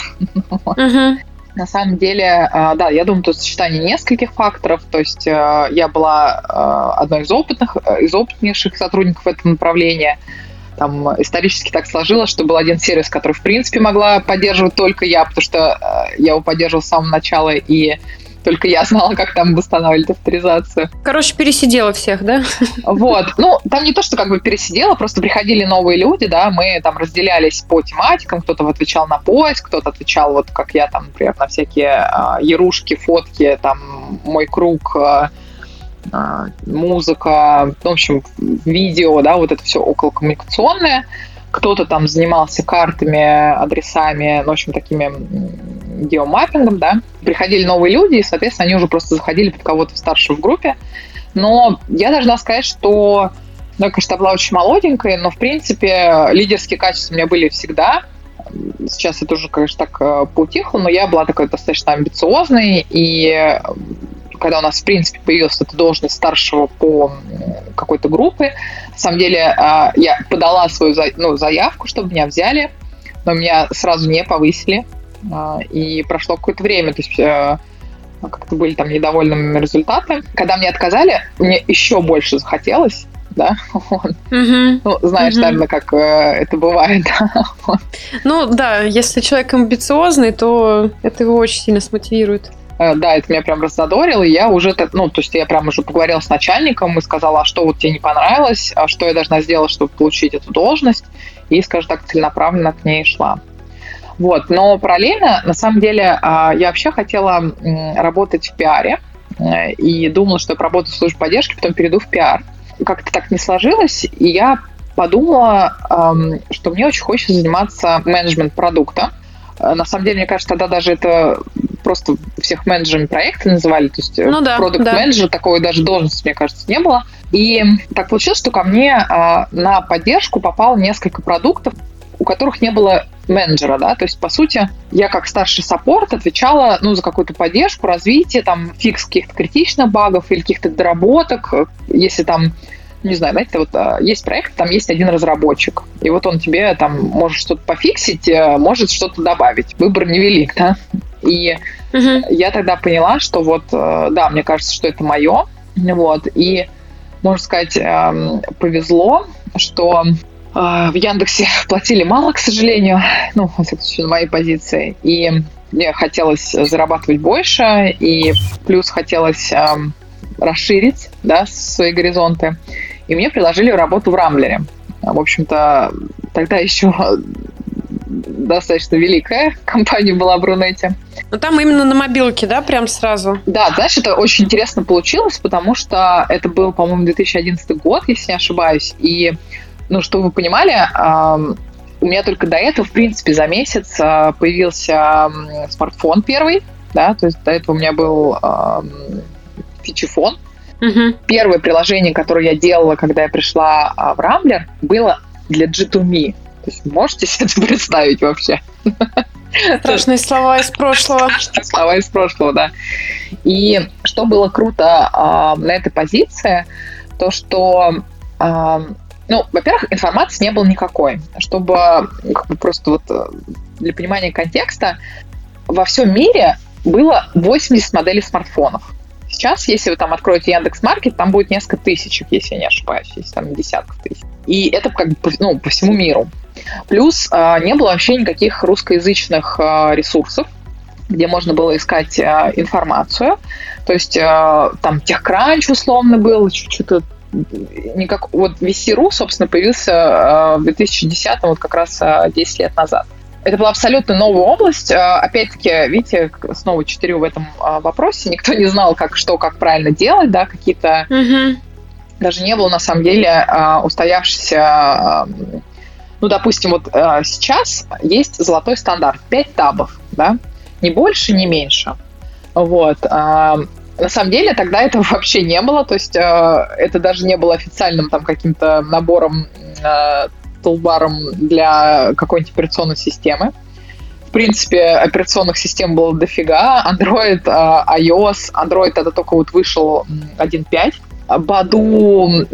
На самом деле, да, я думаю, тут сочетание нескольких факторов. То есть я была одной из опытнейших сотрудников этого направления. Там исторически так сложилось, что был один сервис, который, в принципе, могла поддерживать только я, потому что я его поддерживала с самого начала, и только я знала, как там восстанавливать авторизацию. Короче, пересидела всех, да? Вот. Там не то, что пересидела, просто приходили новые люди, да, мы там разделялись по тематикам, кто-то отвечал на поиск, кто-то отвечал, вот как я там, например, на всякие ярушки, фотки, там, мой круг, музыка, в общем, видео, да, вот это все околокоммуникационное. Кто-то там занимался картами, адресами, в общем, такими геомаппингом, да. Приходили новые люди, и, соответственно, они уже просто заходили под кого-то старшего в группе. Но я должна сказать, что, я, конечно, была очень молоденькой, но, в принципе, лидерские качества у меня были всегда. Сейчас это уже, конечно, так поутихло, но я была такой достаточно амбициозной, и когда у нас, в принципе, появилась эта должность старшего по какой-то группе, на самом деле я подала свою заявку, чтобы меня взяли, но меня сразу не повысили, и прошло какое-то время, то есть как-то были там недовольными результаты. Когда мне отказали, мне еще больше захотелось, да, знаешь, наверное, как это бывает. Ну да, если человек амбициозный, то это его очень сильно смотивирует. Да, это меня прям раззадорило, и я уже, то есть я прям уже поговорила с начальником и сказала, а что вот тебе не понравилось, а что я должна сделать, чтобы получить эту должность, и, скажем так, целенаправленно к ней шла. Вот, но параллельно, на самом деле, я вообще хотела работать в пиаре, и думала, что я поработаю в службе поддержки, потом перейду в пиар. Как-то так не сложилось, и я подумала, что мне очень хочется заниматься менеджментом продукта. На самом деле, мне кажется, тогда даже это просто всех менеджерами проекта называли, то есть продакт-менеджер, такой даже должности, мне кажется, не было. И так получилось, что ко мне на поддержку попало несколько продуктов, у которых не было менеджера, да, то есть, по сути, я как старший саппорт отвечала, за какую-то поддержку, развитие, там, фикс каких-то критичных багов или каких-то доработок, если там, не знаю, знаете, вот есть проект, там есть один разработчик, и вот он тебе там может что-то пофиксить, может что-то добавить. Выбор невелик, да. И я тогда поняла, что вот, да, мне кажется, что это мое, вот, и, можно сказать, повезло, что в Яндексе платили мало, к сожалению, во всяком случае, на моей позиции, и мне хотелось зарабатывать больше, и плюс хотелось расширить, да, свои горизонты, и мне предложили работу в Рамблере. В общем-то, тогда еще достаточно великая компания была в Рунете. Но там именно на мобилке, да, прям сразу? Да, знаешь, это очень интересно получилось, потому что это был, по-моему, 2011 год, если не ошибаюсь, и чтобы вы понимали, у меня только до этого, в принципе, за месяц появился смартфон первый, да, то есть до этого у меня был фичефон. Первое приложение, которое я делала, когда я пришла в Рамблер, было для G2Me. То есть можете себе это представить вообще? Страшные слова из прошлого. Слова из прошлого, да. И что было круто на этой позиции, то, что во-первых, информации не было никакой. Чтобы просто вот для понимания контекста, во всем мире было 80 моделей смартфонов. Сейчас, если вы там откроете Яндекс.Маркет, там будет несколько тысяч, если я не ошибаюсь, если там десятков тысяч. И это как бы по всему миру. Плюс не было вообще никаких русскоязычных ресурсов, где можно было искать информацию. То есть там TechCrunch условно был, что-то никак. Вот VC.ru, собственно, появился в 2010-м, вот как раз 10 лет назад. Это была абсолютно новая область. Опять-таки, видите, снова читерю в этом вопросе. Никто не знал, как правильно делать, да, какие-то... Даже не было, на самом деле, устоявшихся... допустим, вот сейчас есть золотой стандарт. 5 табов, да? Ни больше, ни меньше. Вот. На самом деле, тогда этого вообще не было. То есть это даже не было официальным там каким-то набором... тулбаром для какой-нибудь операционной системы. В принципе, операционных систем было дофига. Android, iOS. Android это только вот вышел 1.5. Баду,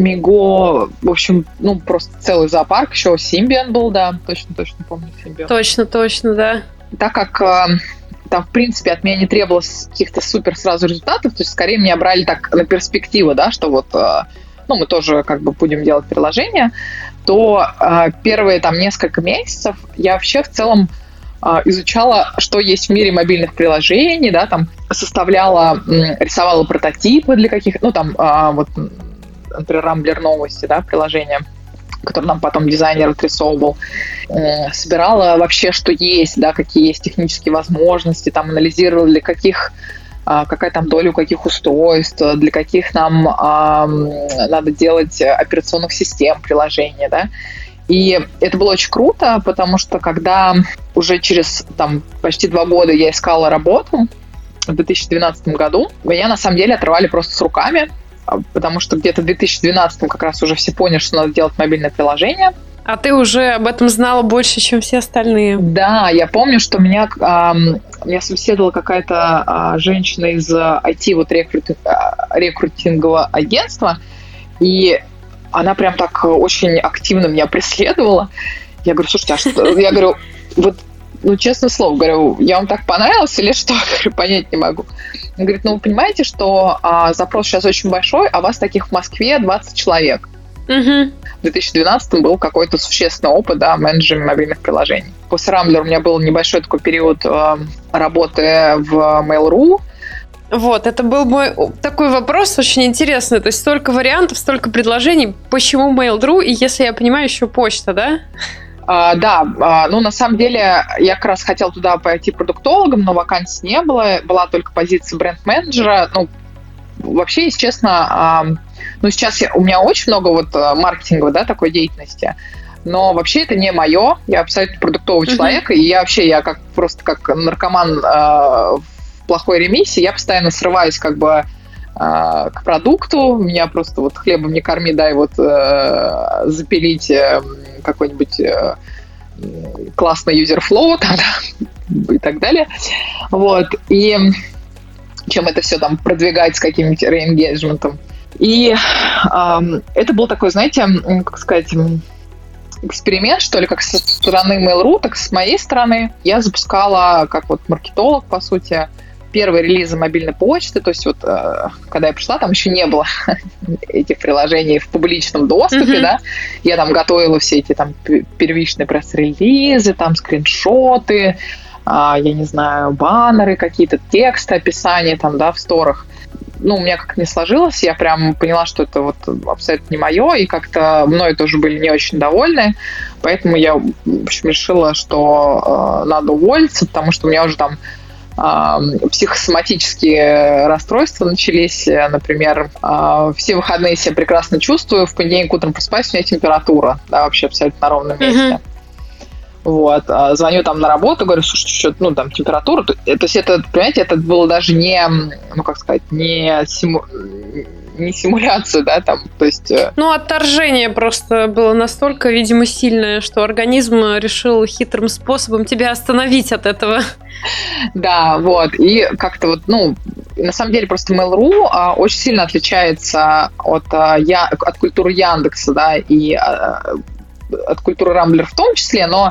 Миго, в общем, просто целый зоопарк. Еще Symbian был, да. Точно помню Symbian. Точно, да. Так как там, в принципе, от меня не требовалось каких-то супер сразу результатов, то есть, скорее, меня брали так на перспективу, да, что вот мы тоже как бы будем делать приложение, то первые там несколько месяцев я вообще в целом изучала, что есть в мире мобильных приложений, да, там составляла, рисовала прототипы для каких, вот, например, Рамблер новости, да, приложение, которое нам потом дизайнер отрисовывал, собирала вообще, что есть, да, какие есть технические возможности, там анализировала для каких какая там доля у каких устройств, для каких нам надо делать операционных систем приложения, да. И это было очень круто, потому что когда уже через там почти 2 года я искала работу в 2012 году, меня на самом деле отрывали просто с руками, потому что где-то в 2012 как раз уже все поняли, что надо делать мобильное приложение. А ты уже об этом знала больше, чем все остальные. Да, я помню, что меня собеседовала какая-то женщина из IT, вот рекрутингового агентства, и она прям так очень активно меня преследовала. Я говорю, слушайте, а что? Я говорю, вот, честное слово, говорю, я вам так понравилась или что? Говорю, понять не могу. Она говорит, вы понимаете, что запрос сейчас очень большой, а вас таких в Москве 20 человек. Угу. В 2012 был какой-то существенный опыт, да, менеджерами мобильных приложений. После Рамблер у меня был небольшой такой период работы в Mail.ru. Вот, это был мой такой вопрос очень интересный. То есть столько вариантов, столько предложений. Почему Mail.ru и, если я понимаю, еще почта, да? Да, на самом деле я как раз хотела туда пойти продуктологом, но вакансий не было. Была только позиция бренд-менеджера. Вообще, если честно, сейчас у меня очень много вот маркетинговой, да, такой деятельности, Но вообще это не мое. Я абсолютно продуктовый человек, и я просто как наркоман в плохой ремиссии, я постоянно срываюсь как бы к продукту. Меня просто вот хлебом не корми, дай вот запилить какой-нибудь классный юзер-флоу и так далее. Вот. И чем это все там продвигать с каким-нибудь реэнгейджментом. И это был такой, знаете, как сказать, эксперимент, что ли, как со стороны Mail.ru, так и с моей стороны. Я запускала, как вот маркетолог, по сути, первые релизы мобильной почты. То есть вот, когда я пришла, там еще не было этих приложений в публичном доступе, да. Я там готовила все эти там первичные пресс-релизы, там скриншоты, я не знаю, баннеры какие-то, тексты, описания там, да, в сторах. Ну, у меня как-то не сложилось, я прям поняла, что это вот абсолютно не мое, и как-то мною тоже были не очень довольны, поэтому я, в общем, решила, что надо уволиться, потому что у меня уже там психосоматические расстройства начались, например, все выходные себя прекрасно чувствую, в понедельник утром просыпаюсь, у меня температура, да, вообще абсолютно на ровном месте. Вот, звоню там на работу, говорю, слушай, что, ну, там, температура. То есть это, понимаете, это было даже не, ну, как сказать, не симуляция, да, там, то есть... Ну, отторжение просто было настолько, видимо, сильное, что организм решил хитрым способом тебя остановить от этого. Да, вот, и как-то вот, ну, на самом деле просто Mail.ru очень сильно отличается от культуры Яндекса, да, и от культуры Рамблер в том числе, но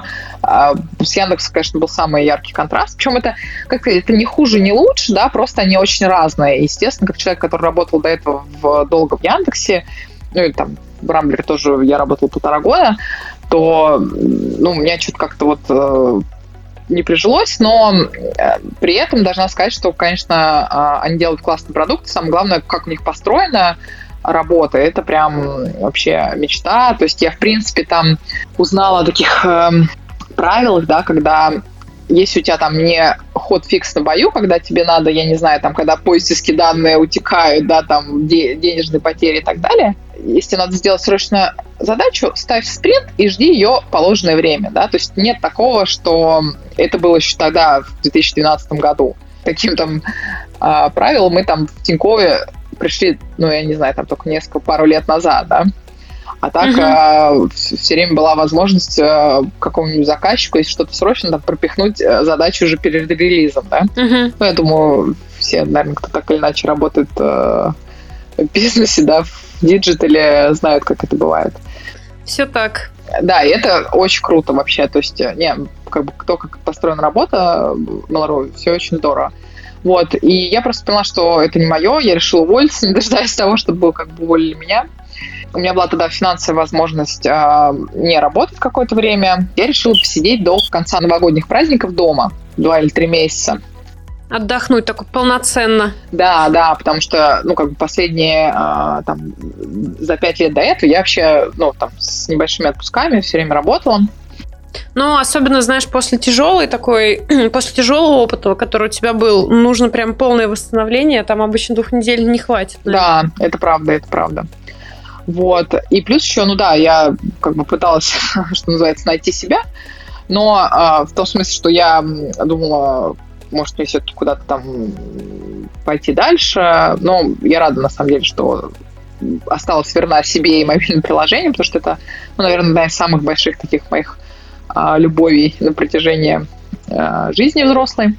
с Яндексом, конечно, был самый яркий контраст. Причем это, как сказать, это не хуже, не лучше, да, просто они очень разные. Естественно, как человек, который работал до этого долго в Яндексе, ну и там в Рамблере тоже я работала 1,5 года, то, ну, у меня что-то как-то вот не прижилось, но при этом должна сказать, что, конечно, они делают классный продукт. Самое главное, как у них построено работа, это прям вообще мечта. То есть я, в принципе, там узнала о таких правилах, да, когда если у тебя там не хот-фикс на бою, когда тебе надо, я не знаю, там, когда пользовательские данные утекают, да, там, денежные потери и так далее, если тебе надо сделать срочно задачу, ставь спринт и жди ее положенное время, да, то есть нет такого, что это было еще тогда, в 2012 году. Таким там правилом мы там в Тинькове пришли, ну, я не знаю, там только пару лет назад, да. А так все время была возможность какому-нибудь заказчику, если что-то срочно, там, пропихнуть задачу уже перед релизом, да. Ну, я думаю, все, наверное, кто так или иначе работает в бизнесе, да, в диджитале, знают, как это бывает. Все так. Да, и это очень круто вообще. То есть, как бы как построена работа в Mail.ru, все очень здорово. Вот, и я просто поняла, что это не мое, я решила уволиться, не дожидаясь того, чтобы как бы уволили меня. У меня была тогда финансовая возможность не работать какое-то время. Я решила посидеть до конца новогодних праздников дома, 2 или 3 месяца. Отдохнуть так полноценно. Да, потому что, ну, как бы последние, там, за 5 лет до этого я вообще, ну, там, с небольшими отпусками все время работала. Ну, особенно, знаешь, после тяжелого опыта, который у тебя был, нужно прям полное восстановление, там обычно 2 недель не хватит. Наверное. Да, это правда. Вот. И плюс еще, ну да, я как бы пыталась, что называется, найти себя, но в том смысле, что я думала, может, мне все-таки куда-то там пойти дальше, но я рада, на самом деле, что осталась верна себе и мобильным приложениям, потому что это, ну, наверное, одна из самых больших таких моих любовей на протяжении жизни взрослой.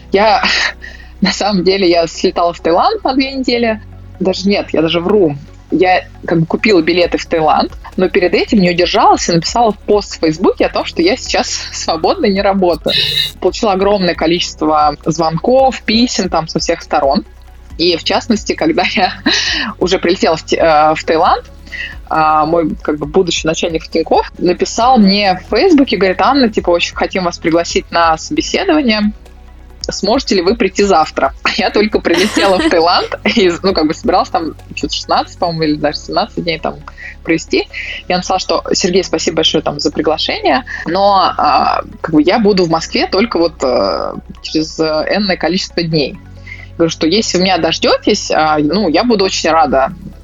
На самом деле, я слетала в Таиланд на 2 недели. Я даже вру. Я как бы купила билеты в Таиланд, но перед этим не удержалась и написала пост в Фейсбуке о том, что я сейчас свободна и не работаю. Получила огромное количество звонков, писем там со всех сторон. И в частности, когда я уже прилетела в Таиланд, мой как бы будущий начальник в Тинькофф написал мне в Фейсбуке, говорит: Анна, типа, очень хотим вас пригласить на собеседование. Сможете ли вы прийти завтра? Я только прилетела в Таиланд и, ну, как бы собиралась там что-то 16, по-моему, или даже 17 дней там провести. Я написала, что: Сергей, спасибо большое там за приглашение, но как бы я буду в Москве только вот через энное количество дней. Говорю, что если вы меня дождетесь, ну, я буду очень рада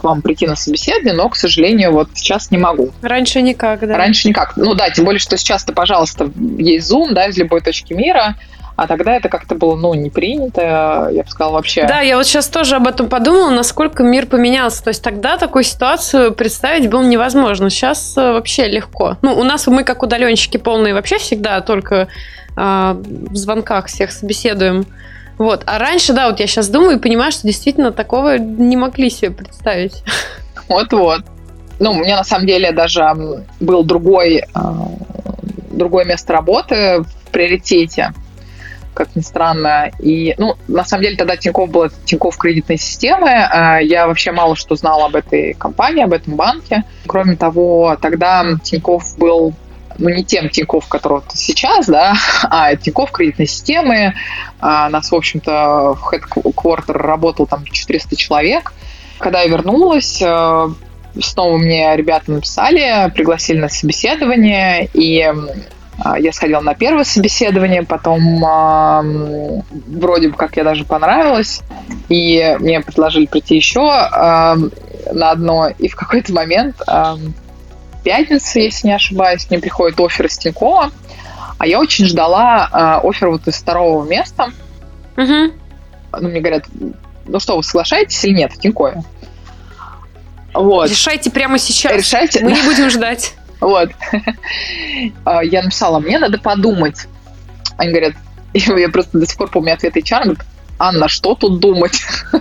к вам прийти на собеседование, но, к сожалению, вот сейчас не могу. Раньше никак, да? Раньше никак. Ну да, тем более, что сейчас-то, пожалуйста, есть Zoom, да, из любой точки мира, а тогда это как-то было, не принято, я бы сказала, вообще. Да, я вот сейчас тоже об этом подумала, насколько мир поменялся. То есть тогда такую ситуацию представить было невозможно. Сейчас вообще легко. У нас мы как удаленщики полные вообще всегда только в звонках всех собеседуем. Вот. А раньше, да, вот я сейчас думаю и понимаю, что действительно такого не могли себе представить. Вот-вот. У меня на самом деле даже был другое место работы в приоритете, как ни странно. И, на самом деле, тогда Тинькофф был Тинькофф кредитной системы. Я вообще мало что знала об этой компании, об этом банке. Кроме того, тогда Тинькофф был, не тем Тинькофф, который сейчас, да, а Тинькофф кредитной системы. Нас, в общем-то, в headquarter работал там 400 человек. Когда я вернулась, снова мне ребята написали, пригласили на собеседование, и я сходила на первое собеседование, потом вроде бы как я даже понравилась, и мне предложили прийти еще на одно, и в какой-то момент, в пятницу, если не ошибаюсь, мне приходит оффер из Тинькова, а я очень ждала оффер вот из второго места. Угу. Мне говорят, что, вы соглашаетесь или нет в Тинькове? Вот. Решайте прямо сейчас. Решайте. Мы не будем ждать. Вот. Я написала, мне надо подумать. Они говорят, я просто до сих пор помню ответ HR, говорят, Анна, что тут думать?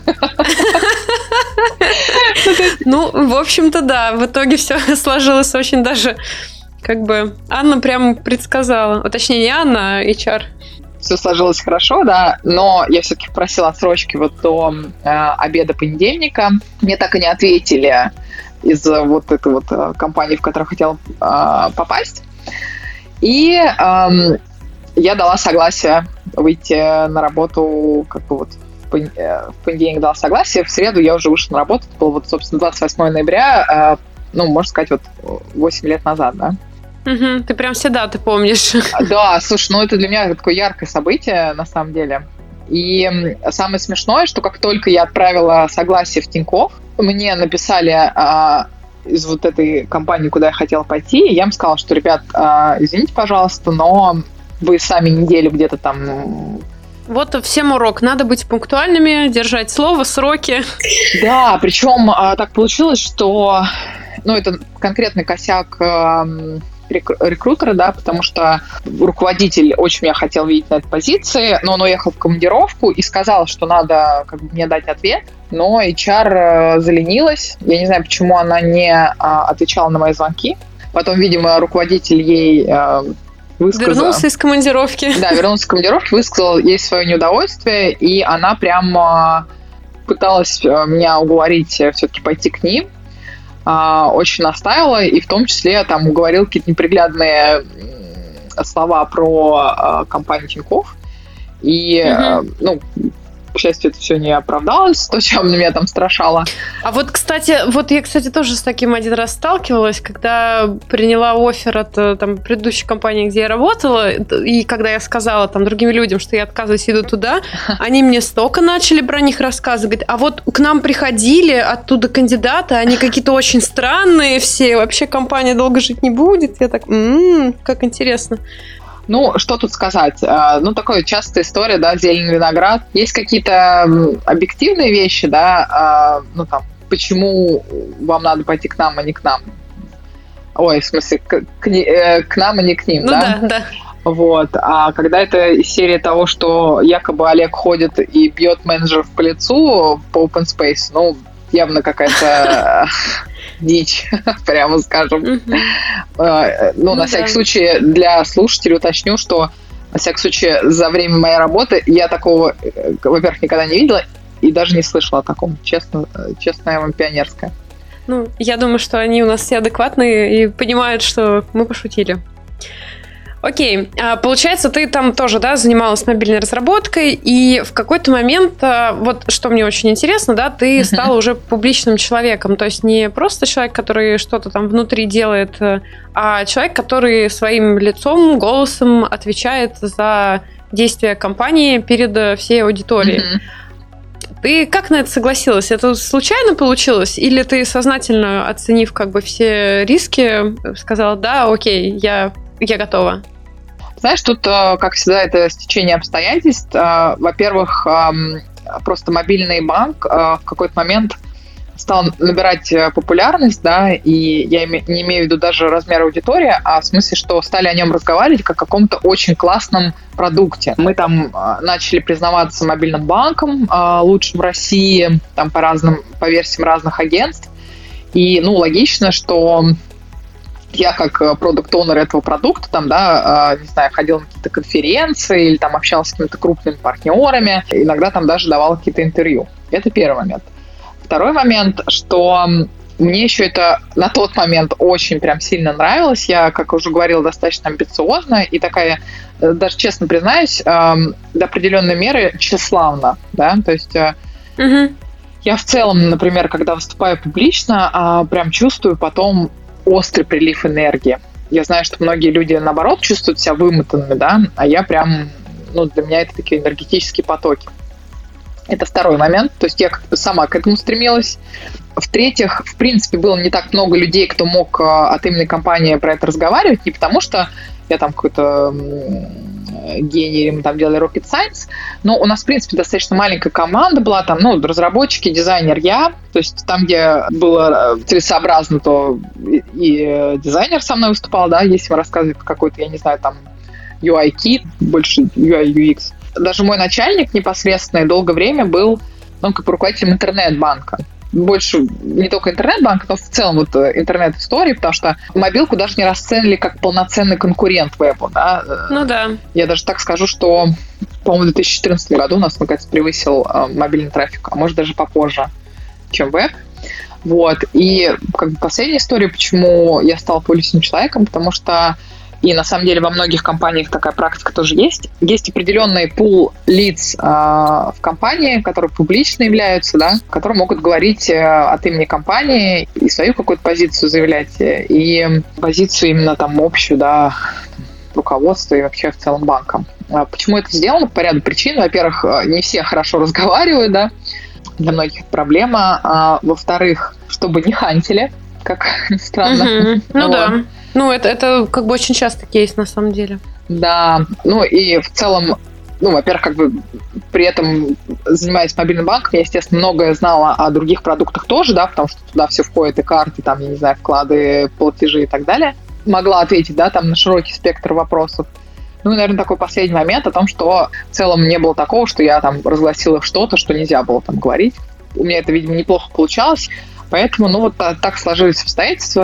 В общем-то, да. В итоге все сложилось очень даже, Анна прям предсказала. Точнее, не Анна, а HR. Все сложилось хорошо, да, но я все-таки просила отсрочки до обеда понедельника. Мне так и не ответили из вот этой вот компании, в которую хотела попасть. И я дала согласие выйти на работу, в понедельник дала согласие, в среду я уже вышла на работу, это было, собственно, 28 ноября, можно сказать, 8 лет назад, да. Угу, ты прям все даты помнишь. Да, слушай, это для меня такое яркое событие, на самом деле. И самое смешное, что как только я отправила согласие в Тинькофф, мне написали из вот этой компании, куда я хотела пойти, и я им сказала, что, ребят, извините, пожалуйста, но вы сами неделю где-то там... Вот всем урок. Надо быть пунктуальными, держать слово, сроки. Да, причем так получилось, что... это конкретный косяк рекрутера, да, потому что руководитель очень меня хотел видеть на этой позиции, но он уехал в командировку и сказал, что надо мне дать ответ, но HR заленилась. Я не знаю, почему она не отвечала на мои звонки. Потом, видимо, руководитель ей высказал... Вернулся из командировки. Да, вернулся из командировки, высказал ей свое неудовольствие, и она прям пыталась меня уговорить все-таки пойти к ним. Очень настаивала, и в том числе там говорил какие-то неприглядные слова про компанию Тинькофф. И, к счастью, это все не оправдалось, то, чем меня там страшало. А я, кстати, тоже с таким один раз сталкивалась, когда приняла оффер от предыдущей компании, где я работала, и когда я сказала другим людям, что я отказываюсь, иду туда, они мне столько начали про них рассказывать. Говорят, а вот к нам приходили оттуда кандидаты, они какие-то очень странные все, вообще компания долго жить не будет. Я так, как интересно. Что тут сказать? Такая частая история, да, зеленый виноград. Есть какие-то объективные вещи, да, почему вам надо пойти к нам, а не к нам. Ой, в смысле, к нам, а не к ним, да? Да. Вот. А когда это из серии того, что якобы Олег ходит и бьет менеджеров по лицу по open space, явно какая-то... дичь, прямо скажем. На всякий случай для слушателей уточню, что на всякий случай за время моей работы я такого, во-первых, никогда не видела и даже не слышала о таком. Честно, я вам пионерская. Я думаю, что они у нас все адекватные и понимают, что мы пошутили. Окей, получается, ты там тоже, да, занималась мобильной разработкой, и в какой-то момент, вот что мне очень интересно, да, ты стала уже публичным человеком, то есть не просто человек, который что-то там внутри делает, а человек, который своим лицом, голосом отвечает за действия компании перед всей аудиторией. Ты как на это согласилась? Это случайно получилось? Или ты сознательно, оценив как бы все риски, сказала, да, окей, я готова? Знаешь, тут, как всегда, это стечение обстоятельств. Во-первых, просто мобильный банк в какой-то момент стал набирать популярность, да, и я не имею в виду даже размер аудитории, а в смысле, что стали о нем разговаривать как о каком-то очень классном продукте. Мы там начали признаваться мобильным банком, лучшим в России, там по версиям разных агентств. И, логично, что я как продукт-оунер этого продукта, там, да, не знаю, ходил на какие-то конференции или там общался с какими-то крупными партнерами, иногда там даже давал какие-то интервью. Это первый момент. Второй момент, что мне еще это на тот момент очень прям сильно нравилось. Я, как уже говорила, достаточно амбициозна и такая, даже честно признаюсь, до определенной меры тщеславна, да, то есть я в целом, например, когда выступаю публично, прям чувствую потом острый прилив энергии. Я знаю, что многие люди, наоборот, чувствуют себя вымотанными, да, а я прям, для меня это такие энергетические потоки. Это второй момент, то есть я как-то сама к этому стремилась. В-третьих, в принципе, было не так много людей, кто мог от имени компании про это разговаривать, не потому что я там какой-то гений, или мы там делали rocket science, но у нас, в принципе, достаточно маленькая команда была, там, разработчики, дизайнер, я, то есть там, где было целесообразно, то и дизайнер со мной выступал, да, если мы рассказывали какой-то, я не знаю, там, UI-кит, больше UI-UX. Даже мой начальник непосредственно долгое время был, как руководителем интернет-банка. Больше не только интернет-банк, но в целом интернет-истории, потому что мобилку даже не расценили как полноценный конкурент вебу. Да? Да. Я даже так скажу, что, по-моему, в 2014 году у нас, наконец, превысил мобильный трафик, а может даже попозже, чем веб. И последняя история, почему я стала публичным человеком, потому что и на самом деле во многих компаниях такая практика тоже есть. Есть определенный пул лиц в компании, которые публично являются, да, которые могут говорить от имени компании и свою какую-то позицию заявлять, и позицию именно там общую, да, руководства и вообще в целом банка. Почему это сделано? По ряду причин. Во-первых, не все хорошо разговаривают, да, для многих это проблема. Во-вторых, чтобы не хантили, как ни странно. Да. Это как бы очень часто кейс на самом деле. Да, и в целом, во-первых, при этом, занимаясь мобильным банком, я, естественно, многое знала о других продуктах тоже, да, потому что туда все входит и карты, там, я не знаю, вклады, платежи и так далее. Могла ответить, да, там, на широкий спектр вопросов. И, наверное, такой последний момент о том, что в целом не было такого, что я там разгласила что-то, что нельзя было там говорить. У меня это, видимо, неплохо получалось. Поэтому, так сложились обстоятельства,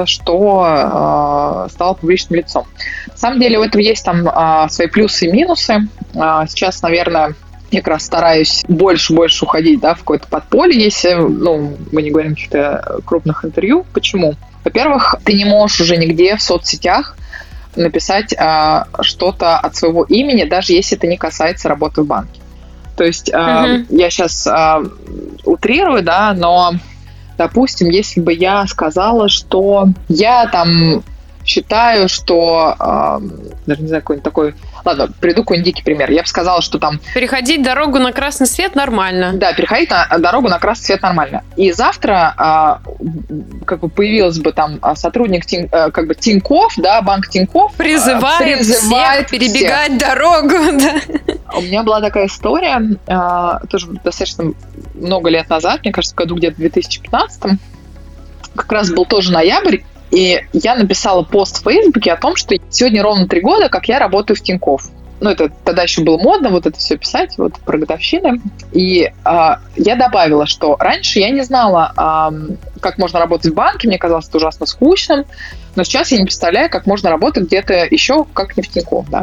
что стала публичным лицом. На самом деле, в этом есть там свои плюсы и минусы. Сейчас, наверное, я как раз стараюсь больше уходить, да, в какое-то подполье, если, мы не говорим о каких-то крупных интервью. Почему? Во-первых, ты не можешь уже нигде в соцсетях написать что-то от своего имени, даже если это не касается работы в банке. То есть я сейчас утрирую, да, но... Допустим, если бы я сказала, что я там считаю, что... даже не знаю, какой-нибудь такой... Ладно, приведу какой-нибудь дикий пример. Я бы сказала, что там... Переходить дорогу на красный свет нормально. Да, переходить дорогу на красный свет нормально. И завтра появился бы там сотрудник Тинькофф, да, банк Тинькофф. Призывает всех перебегать дорогу. Да. У меня была такая история, тоже достаточно много лет назад, мне кажется, в году где-то в 2015, как раз был тоже ноябрь, и я написала пост в Фейсбуке о том, что сегодня ровно 3 года, как я работаю в Тинькофф. Это тогда еще было модно, это все писать, про годовщины. И я добавила, что раньше я не знала, как можно работать в банке, мне казалось это ужасно скучным, но сейчас я не представляю, как можно работать где-то еще, как не в Тинькофф, да.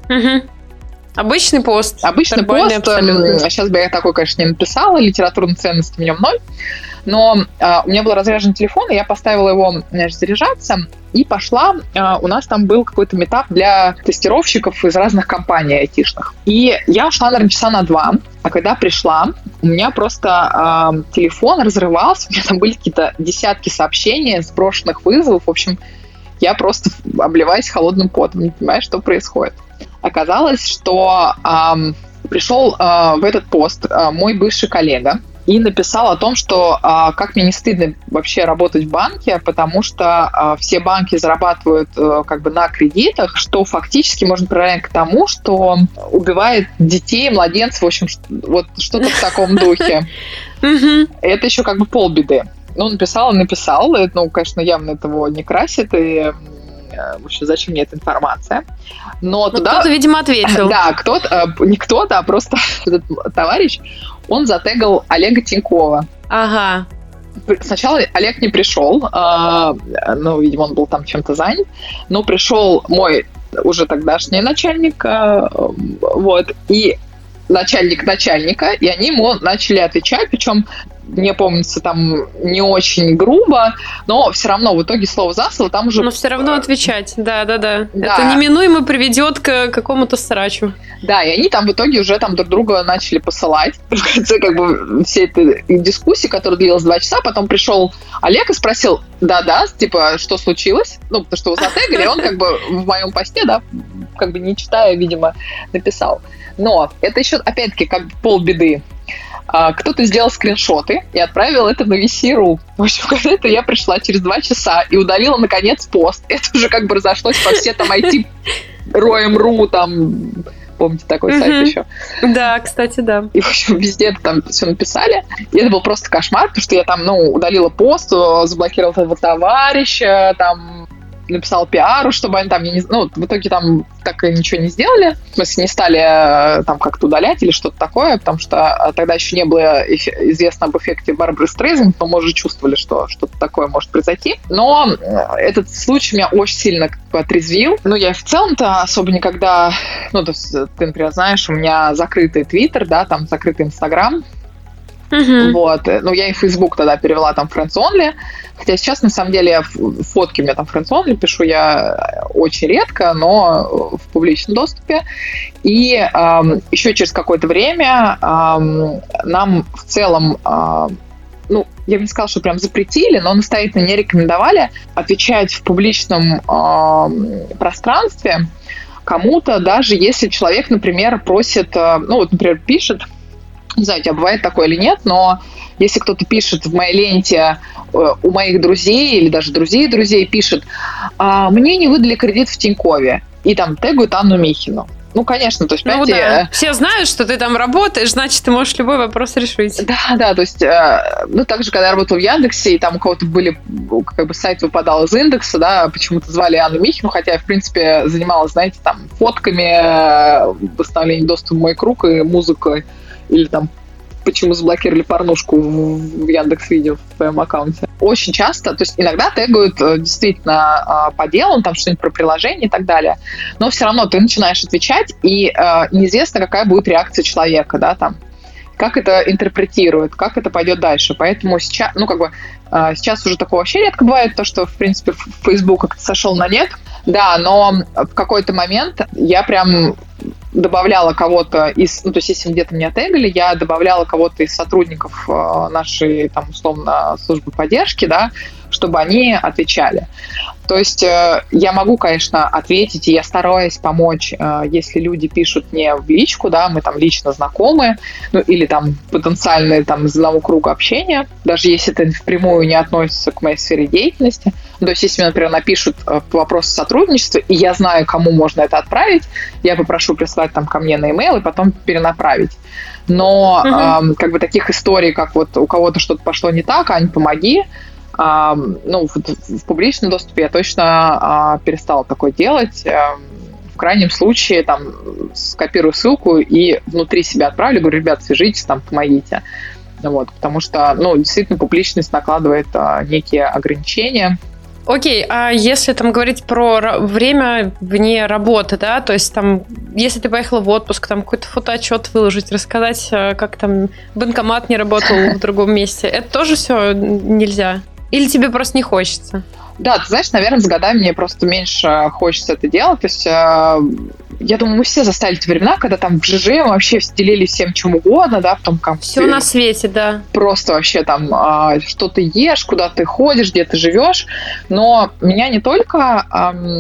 Обычный пост. Обычный пост. Абсолютно. Сейчас бы я такой, конечно, не написала, литературной ценности в нем 0. Но у меня был разряжен телефон, и я поставила его, заряжаться, и пошла. У нас там был какой-то митап для тестировщиков из разных компаний айтишных. И я ушла, наверное, часа на 2. А когда пришла, у меня просто телефон разрывался, у меня там были какие-то десятки сообщений, сброшенных вызовов. В общем, я просто обливаюсь холодным потом, не понимаю, что происходит. Оказалось, что пришел в этот пост мой бывший коллега, и написал о том, что как мне не стыдно вообще работать в банке, потому что все банки зарабатывают как бы на кредитах, что фактически можно приравнять к тому, что убивает детей, младенцев, в общем, вот что-то в таком духе. Это еще как бы полбеды. Ну, написал. Ну, конечно, явно этого не красит, и вообще, зачем мне эта информация? Но туда... Кто-то, видимо, ответил. Да, не кто-то, а просто этот товарищ, он затегал Олега Тинькова. Ага. Сначала Олег не пришел, ну, видимо, он был там чем-то занят, но пришел мой уже тогдашний начальник, вот, и начальник начальника, и они ему начали отвечать, причем, мне помнится, там не очень грубо, но все равно в итоге слово за слово там уже... Но все равно отвечать, да. Это неминуемо приведет к какому-то срачу. Да, и они там в итоге уже там друг друга начали посылать. В конце как бы всей этой дискуссии, которая длилась 2 часа, потом пришел Олег и спросил, типа, что случилось? Ну, потому что его затегали, он как бы в моем посте, да, как бы не читая, видимо, написал. Но это еще, опять-таки, как полбеды. Кто-то сделал скриншоты и отправил это на VC.ru. В общем, когда это я пришла через 2 часа и удалила, наконец, пост. Это уже как бы разошлось по все там IT.ru, там, помните такой сайт еще? Да, кстати, да. И, в общем, везде там все написали. И это был просто кошмар, потому что я там, удалила пост, заблокировала этого товарища, там, написал пиару, чтобы они там, в итоге там так и ничего не сделали. В смысле, не стали там как-то удалять или что-то такое, потому что тогда еще не было известно об эффекте Барбары Стрейзанд, но мы уже чувствовали, что что-то такое может произойти. Но этот случай меня очень сильно как бы отрезвил. Я в целом-то особо никогда... то есть ты, например, знаешь, у меня закрытый Твиттер, да, там закрытый Инстаграм. Вот. Я и Facebook тогда перевела там Friends Only. Хотя сейчас, на самом деле, фотки у меня там Friends Only пишу я очень редко, но в публичном доступе. И еще через какое-то время нам в целом, я бы не сказала, что прям запретили, но настоятельно не рекомендовали отвечать в публичном пространстве кому-то, даже если человек, например, просит, например, пишет, не знаю, у тебя бывает такое или нет, но если кто-то пишет в моей ленте у моих друзей или даже друзей пишет, мне не выдали кредит в Тинькове, и там тегают Анну Михину. Конечно, то есть... да. Все знают, что ты там работаешь, значит, ты можешь любой вопрос решить. Да, то есть, так же, когда я работала в Яндексе, и там у кого-то были, как бы сайт выпадал из индекса, да, почему-то звали Анну Михину, хотя я, в принципе, занималась, знаете, там, фотками, восстановлением доступа в мой круг и музыкой, или там почему заблокировали порнушку в Яндекс.Видео в твоем аккаунте. Очень часто, то есть иногда тегают действительно по делу, там что-нибудь про приложение и так далее, но все равно ты начинаешь отвечать, и неизвестно, какая будет реакция человека, да, там, как это интерпретирует, как это пойдет дальше. Поэтому сейчас, сейчас уже такого вообще редко бывает, то, что, в принципе, Facebook как-то сошел на нет, да, но в какой-то момент я прям добавляла кого-то из... то есть, если где-то меня тегали, я добавляла кого-то из сотрудников нашей, там, условно, службы поддержки, да, чтобы они отвечали. То есть я могу, конечно, ответить, и я стараюсь помочь, если люди пишут мне в личку, да, мы там лично знакомы, или там потенциальные там из одного круга общения, даже если это впрямую не относится к моей сфере деятельности. То есть если мне, например, напишут по вопросу сотрудничества, и я знаю, кому можно это отправить, я попрошу прислать там ко мне на e-mail и потом перенаправить. Но как бы таких историй, как вот у кого-то что-то пошло не так, Ань, помоги, в публичном доступе я точно перестала такое делать. В крайнем случае там скопирую ссылку и внутри себя отправлю, говорю, ребят, свяжитесь, там, помогите. Потому что, действительно, публичность накладывает некие ограничения. Окей, а если там говорить про время вне работы, да, то есть там, если ты поехала в отпуск, там какой-то фотоотчет выложить, рассказать, как там банкомат не работал в другом месте, это тоже все нельзя? Или тебе просто не хочется? Да, ты знаешь, наверное, с годами мне просто меньше хочется это делать. То есть, я думаю, мы все застали те времена, когда там в ЖЖ мы вообще делились всем чем угодно, да, потом как... Все на свете, да. Просто вообще там, что ты ешь, куда ты ходишь, где ты живешь. Но меня не только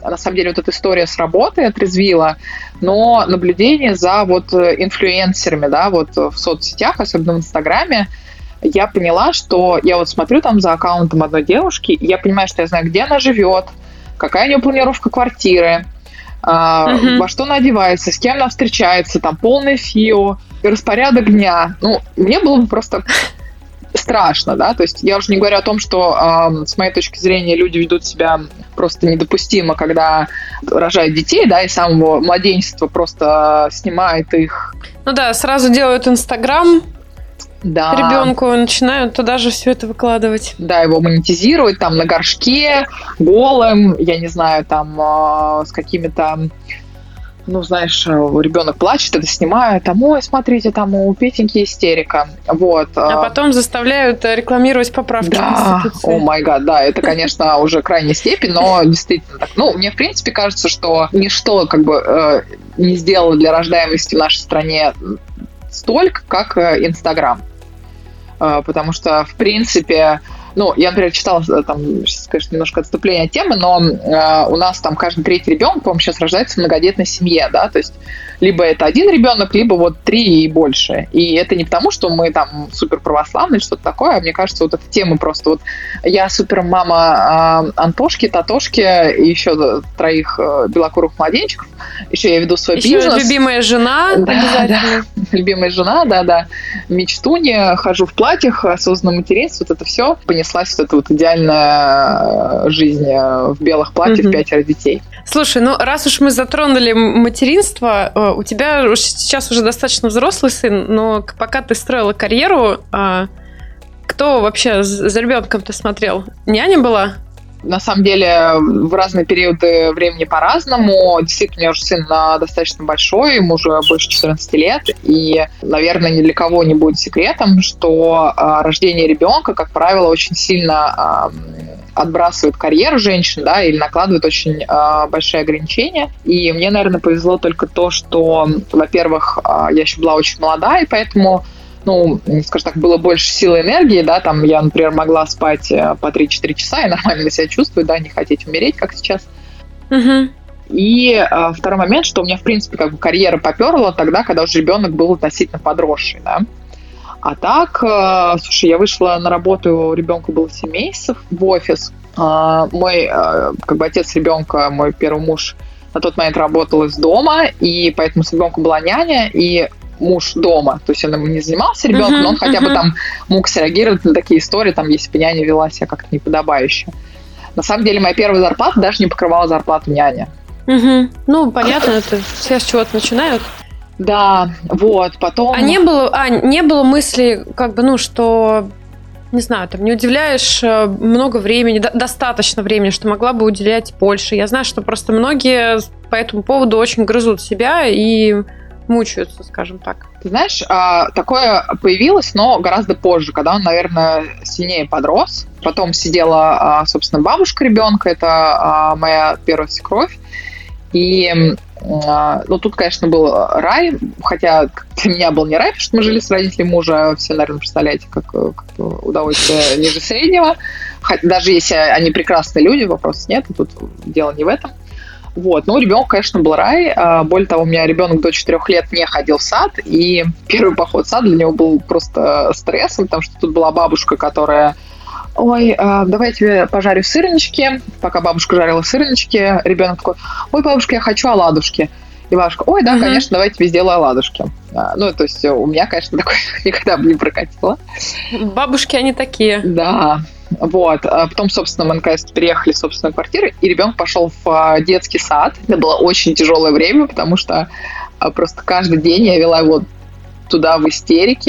на самом деле вот эта история с работой отрезвила, но наблюдение за вот инфлюенсерами, да, вот в соцсетях, особенно в Инстаграме, я поняла, что я вот смотрю там за аккаунтом одной девушки, и я понимаю, что я знаю, где она живет, какая у нее планировка квартиры, во что она одевается, с кем она встречается, там полный фио, распорядок дня. Ну, мне было бы просто страшно, да, то есть я уже не говорю о том, что с моей точки зрения люди ведут себя просто недопустимо, когда рожают детей, да, и с самого младенчества просто снимает их. Ну да, сразу делают Инстаграм, да. Ребенку начинают туда же все это выкладывать. Да, его монетизируют там на горшке, голым, я не знаю, там с какими-то, ну, знаешь, ребенок плачет, это снимают, там, ой, смотрите, там у Петеньки истерика. Вот. А потом заставляют рекламировать поправки в Конституции. О май гад, да, это, конечно, уже крайняя степень, но действительно так. Ну, мне, в принципе, кажется, что ничто как бы не сделало для рождаемости в нашей стране столько, как Инстаграм. Потому что, в принципе, ну, я, например, читала, там, сейчас, конечно, немножко отступление от темы, но у нас там каждый третий ребенок, по-моему, сейчас рождается в многодетной семье, да, то есть либо это один ребенок, либо вот 3 и больше. И это не потому, что мы там супер православные, что-то такое, а мне кажется, вот эта тема просто вот я супер мама Антошки, Татошки и еще 3 белокурых младенчиков, еще я веду свой еще бизнес. Любимая жена, обязательно. Да, любимая жена, да, мечтунья, хожу в платьях, осознанное материнство, вот это все, понеслась вот эта вот идеальная жизнь в белых платьях, 5 детей. Слушай, ну раз уж мы затронули материнство, у тебя сейчас уже достаточно взрослый сын, но пока ты строила карьеру, кто вообще за ребенком-то смотрел? Няня была? На самом деле, в разные периоды времени по-разному. Действительно, у меня уже сын достаточно большой, ему уже больше 14 лет. И, наверное, ни для кого не будет секретом, что рождение ребенка, как правило, очень сильно отбрасывает карьеру женщин, да, или накладывает очень большие ограничения. И мне, наверное, повезло только то, что, во-первых, я еще была очень молода, и поэтому, ну, скажем так, было больше силы и энергии, да, там я, например, могла спать по 3-4 часа и нормально себя чувствовать, да, не хотеть умереть, как сейчас. И второй момент, что у меня, в принципе, как бы карьера поперла тогда, когда уже ребенок был относительно подросший, да. А так, слушай, я вышла на работу, ребенку было 7 месяцев в офис. Мой, как бы, отец ребенка, мой первый муж, на тот момент работал из дома, и поэтому с ребенком была няня, и муж дома, то есть он ему не занимался ребенком, но он хотя бы там мог среагировать на такие истории, там, если бы няня вела себя как-то неподобающе. На самом деле, моя первая зарплата даже не покрывала зарплату няни. Ну, понятно, это все с чего-то начинают. Да, вот, потом... А не было мысли, как бы, ну, что, не знаю, там, не уделяешь много времени, достаточно времени, что могла бы уделять больше. Я знаю, что просто многие по этому поводу очень грызут себя и мучаются, скажем так. Ты знаешь, такое появилось, но гораздо позже, когда он, наверное, сильнее подрос. Потом сидела, собственно, бабушка ребенка, это моя первая свекровь. И, ну, тут, конечно, был рай, хотя для меня был не рай, потому что мы жили с родителями мужа, все, наверное, представляете, как удовольствие ниже среднего. Даже если они прекрасные люди, вопросов нет, тут дело не в этом. Вот, ну, ребенок, конечно, был рай. Более того, у меня ребенок до 4 лет не ходил в сад, и первый поход в сад для него был просто стрессом, потому что тут была бабушка, которая: ой, давай я тебе пожарю сырнички. Пока бабушка жарила сырнички, ребенок такой: ой, бабушка, я хочу оладушки. И бабушка: ой, да, конечно, давай я тебе сделаю оладушки. Ну, то есть у меня, конечно, такое никогда бы не прокатило. Бабушки, они такие. Да. Вот. Потом, собственно, мы наконец-то переехали в собственную квартиру, и ребенок пошел в детский сад. Это было очень тяжелое время, потому что просто каждый день я вела его туда в истерике.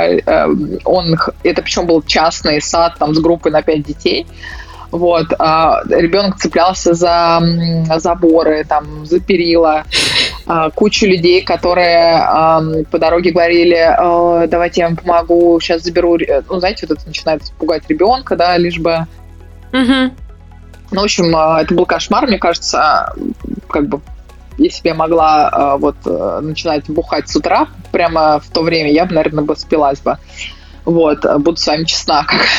Это причем был частный сад там, с группой на 5 детей. Вот. Ребенок цеплялся за заборы, там, за перила. Кучу людей, которые по дороге говорили: давайте я вам помогу, сейчас заберу. Ну, знаете, вот это начинает пугать ребенка, да, лишь бы... Ну, в общем, это был кошмар, мне кажется, как бы, если бы я могла начинать бухать с утра, прямо в то время, я бы, наверное, спилась бы. Вот, буду с вами честна,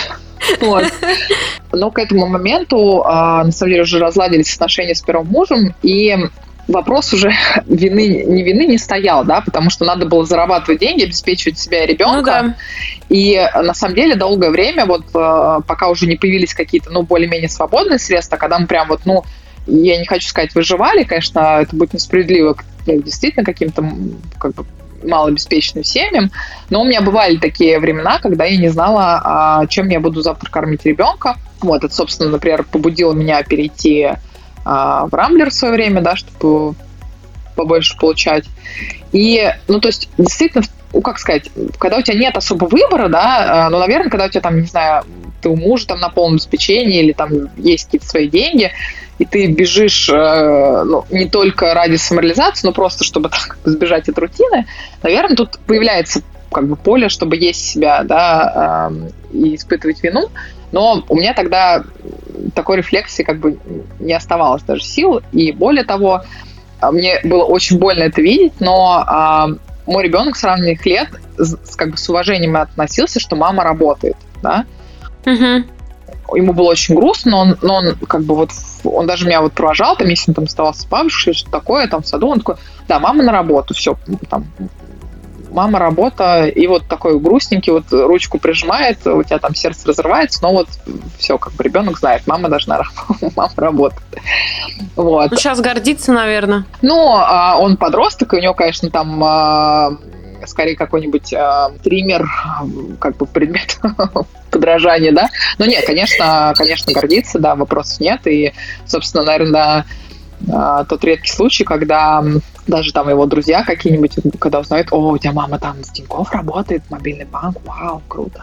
Вот. Но к этому моменту, на самом деле, уже разладились отношения с первым мужем, и вопрос уже не вины не стоял, да, потому что надо было зарабатывать деньги, обеспечивать себя и ребенка. Ну, да. И на самом деле долгое время, вот пока уже не появились какие-то, более-менее свободные средства, когда мы прям вот, я не хочу сказать, выживали, конечно, это будет несправедливо, действительно, каким-то как бы малообеспеченным семьям, но у меня бывали такие времена, когда я не знала, чем я буду завтра кормить ребенка. Вот, это, собственно, например, побудило меня перейти в Рамблер в свое время, да, чтобы побольше получать. И, то есть, действительно, как сказать, когда у тебя нет особо выбора, да, наверное, когда у тебя там, не знаю, ты у мужа там на полном обеспечении или там есть какие-то свои деньги, и ты бежишь, не только ради самореализации, но просто чтобы так сбежать от рутины, наверное, тут появляется как бы поле, чтобы есть себя, да, и испытывать вину. Но у меня тогда такой рефлексии как бы не оставалось даже сил. И более того, мне было очень больно это видеть, но мой ребенок с ранних лет как бы с уважением относился, что мама работает, да. Угу. Ему было очень грустно, но он как бы вот, он даже меня вот провожал, там, если он там оставался с бабушкой, что такое, там в саду, он такой, да, мама на работу, все, там, мама, работа, и вот такой грустненький, вот ручку прижимает, у тебя там сердце разрывается, но вот все, как бы ребенок знает, мама должна мама работает. Вот. Сейчас гордится, наверное. Он подросток, и у него, конечно, там скорее какой-нибудь триммер, как бы предмет подражания, да. Но нет, конечно, гордится, да, вопросов нет, и, собственно, наверное, тот редкий случай, когда даже там его друзья какие-нибудь, когда узнают, у тебя мама там в Тинькофф работает, мобильный банк, вау, круто.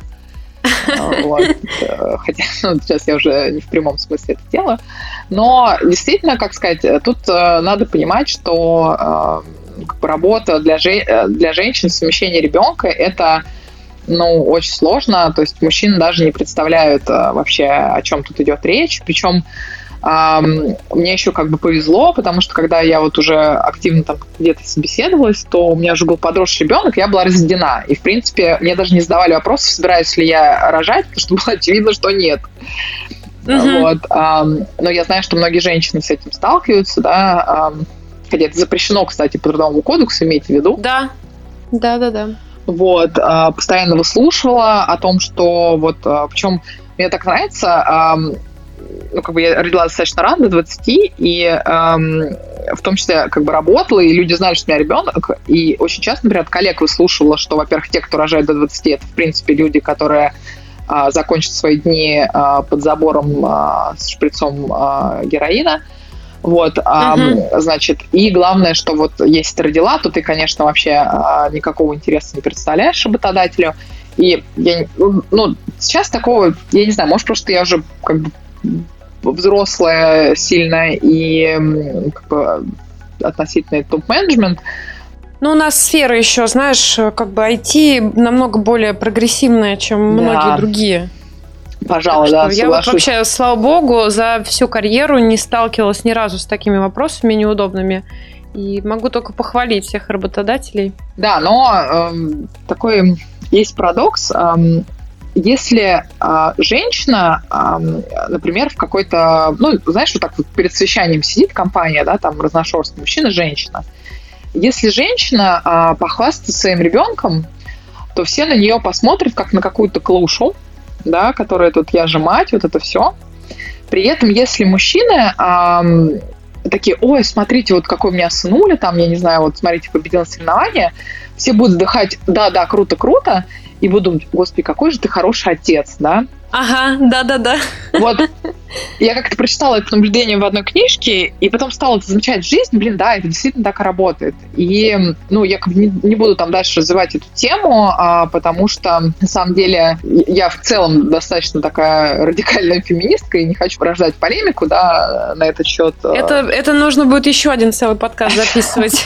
Хотя сейчас я уже не в прямом смысле это делаю. Но действительно, как сказать, тут надо понимать, что работа для женщин, совмещение ребенка, это очень сложно. То есть мужчины даже не представляют вообще, о чем тут идет речь. Причем мне еще как бы повезло, потому что когда я вот уже активно там где-то собеседовалась, то у меня уже был подросший ребенок, я была разведена. И, в принципе, мне даже не задавали вопросов, собираюсь ли я рожать, потому что было очевидно, что нет. Mm-hmm. Вот. Но я знаю, что многие женщины с этим сталкиваются, да. Хотя это запрещено, кстати, по Трудовому кодексу, имейте в виду. Да. Вот. Постоянно выслушивала о том, что вот... Причем мне так нравится... как бы я родила достаточно рано, до 20, и в том числе как бы работала, и люди знали, что у меня ребенок, и очень часто, например, от коллег выслушивала, что, во-первых, те, кто рожает до 20, это, в принципе, люди, которые закончат свои дни под забором с шприцом героина, вот, значит, и главное, что вот если ты родила, то ты, конечно, вообще никакого интереса не представляешь работодателю, и я, сейчас такого, я не знаю, может, просто я уже как бы взрослая, сильная и как бы относительно топ-менеджмент. У нас сфера еще, знаешь, как бы IT намного более прогрессивная, чем многие другие. Пожалуй, да, соглашусь. Я вот вообще, слава богу, за всю карьеру не сталкивалась ни разу с такими вопросами неудобными. И могу только похвалить всех работодателей. Да, но такой есть парадокс. Если женщина, например, в какой-то, знаешь, вот так вот перед совещанием сидит компания, да, там разношерстная, мужчина, женщина. Если женщина похвастается своим ребенком, то все на нее посмотрят как на какую-то клушу, да, которая тут я же мать, вот это все. При этом, если мужчины такие, ой, смотрите, вот какой у меня сынуля, там, я не знаю, вот смотрите, победил на соревнования, все будут вздыхать, да, круто, и будут думать, господи, какой же ты хороший отец, да? Ага, да. Вот я как-то прочитала это наблюдение в одной книжке, и потом стала это замечать в жизни, да, это действительно так и работает. И, я как бы не буду там дальше развивать эту тему, потому что, на самом деле, я в целом достаточно такая радикальная феминистка, и не хочу порождать полемику, да, на этот счет. Это нужно будет еще один целый подкаст записывать.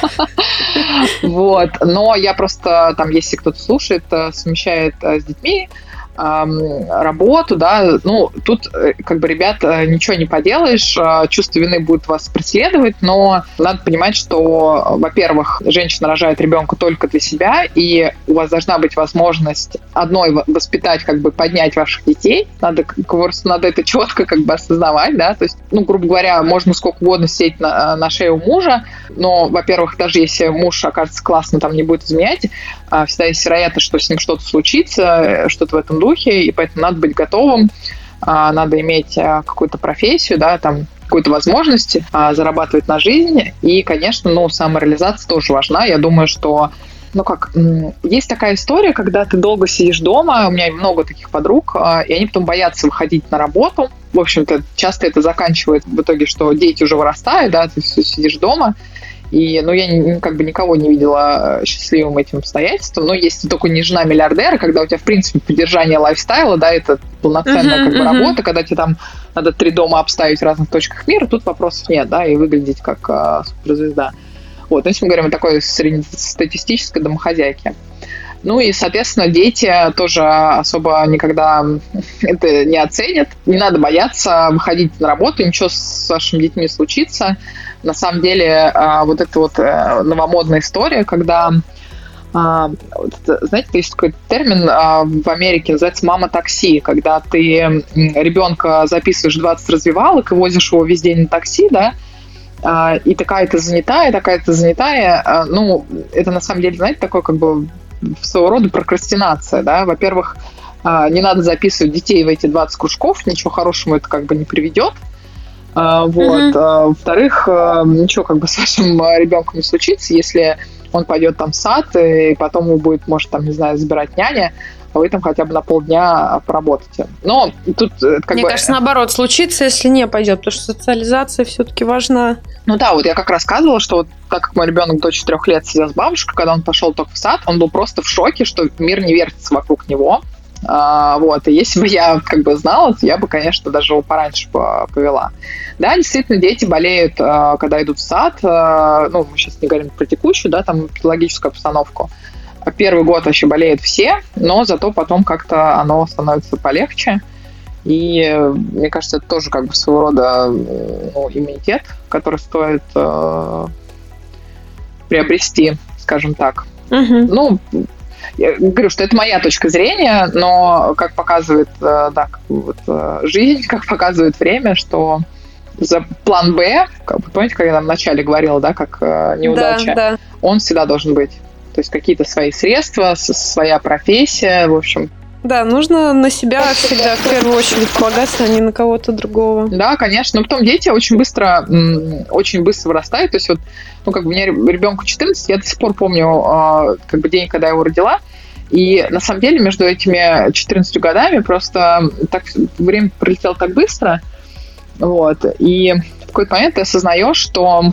Вот, но я просто, там, если кто-то слушает, совмещает с детьми, работу, да, ну, тут как бы, ребят, ничего не поделаешь, чувство вины будет вас преследовать, но надо понимать, что, во-первых, женщина рожает ребенка только для себя, и у вас должна быть возможность одной воспитать, как бы поднять ваших детей, надо это четко как бы осознавать, да, то есть, ну, грубо говоря, можно сколько угодно сидеть на шее у мужа, но, во-первых, даже если муж окажется классно, там не будет изменять, всегда есть вероятность, что с ним что-то случится, что-то в этом духе, и поэтому надо быть готовым, надо иметь какую-то профессию, да, там, какую-то возможность зарабатывать на жизнь, и, конечно, ну, самореализация тоже важна. Я думаю, что, ну как, есть такая история, когда ты долго сидишь дома, у меня много таких подруг, и они потом боятся выходить на работу. В общем-то, часто это заканчивает в итоге, что дети уже вырастают, да, ты сидишь дома. И, ну, я как бы никого не видела счастливым этим обстоятельством. Но если только не жена миллиардера, когда у тебя, в принципе, поддержание лайфстайла, да, это полноценная как бы работа, когда тебе там надо 3 дома обставить в разных точках мира, тут вопросов нет, да, и выглядеть как суперзвезда. Вот, если мы говорим о такой среднестатистической домохозяйке. Ну и, соответственно, дети тоже особо никогда это не оценят. Не надо бояться выходить на работу, ничего с вашими детьми не случится. На самом деле, вот эта вот новомодная история, когда, знаете, есть такой термин в Америке, называется «мама-такси», когда ты ребенка записываешь 20 развивалок и возишь его весь день на такси, да, и такая-то занятая. Ну, это на самом деле, знаете, такой как бы своего рода прокрастинация, да. Во-первых, не надо записывать детей в эти 20 кружков, ничего хорошего это как бы не приведет. Вот. Во-вторых, ничего как бы с вашим ребенком не случится, если он пойдет там в сад, и потом его будет, может, там, не знаю, забирать няня, а вы там хотя бы на полдня поработаете. Но тут как Мне кажется, наоборот, случится, если не пойдет, потому что социализация все-таки важна. Ну да, вот я как рассказывала, что вот так как мой ребенок до 4 лет сидел с бабушкой, когда он пошел только в сад, он был просто в шоке, что мир не вертится вокруг него. Вот, и если бы я как бы знала, то я бы, конечно, даже его пораньше повела. Да, действительно, дети болеют, когда идут в сад, ну, мы сейчас не говорим про текущую, да, там, педагогическую обстановку. Первый год вообще болеют все, но зато потом как-то оно становится полегче. И мне кажется, это тоже как бы своего рода, ну, иммунитет, который стоит приобрести, скажем так. Ну, я говорю, что это моя точка зрения, но как показывает жизнь, как показывает время, что за план Б, как бы, помните, как я там вначале говорила, да, как неудача, да. Он всегда должен быть. То есть какие-то свои средства, своя профессия, в общем. Да, нужно на себя всегда в первую очередь полагаться, а не на кого-то другого. Да, конечно. Но потом дети очень быстро вырастают. То есть вот, ну, как бы у меня ребенку 14, я до сих пор помню как бы день, когда я его родила. И на самом деле между этими 14 годами просто так время пролетело так быстро. Вот. И в какой-то момент ты осознаешь, что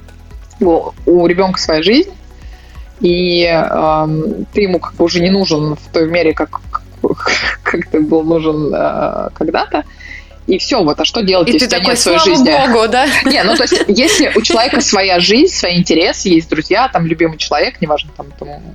у ребенка своя жизнь, и ты ему как бы уже не нужен в той мере, как ты был нужен когда-то. И все, вот, а что делать, если у тебя нет своей жизни? Слава Богу, да? Не, ну, то есть, если у человека своя жизнь, свои интересы, есть друзья, там, любимый человек, неважно, там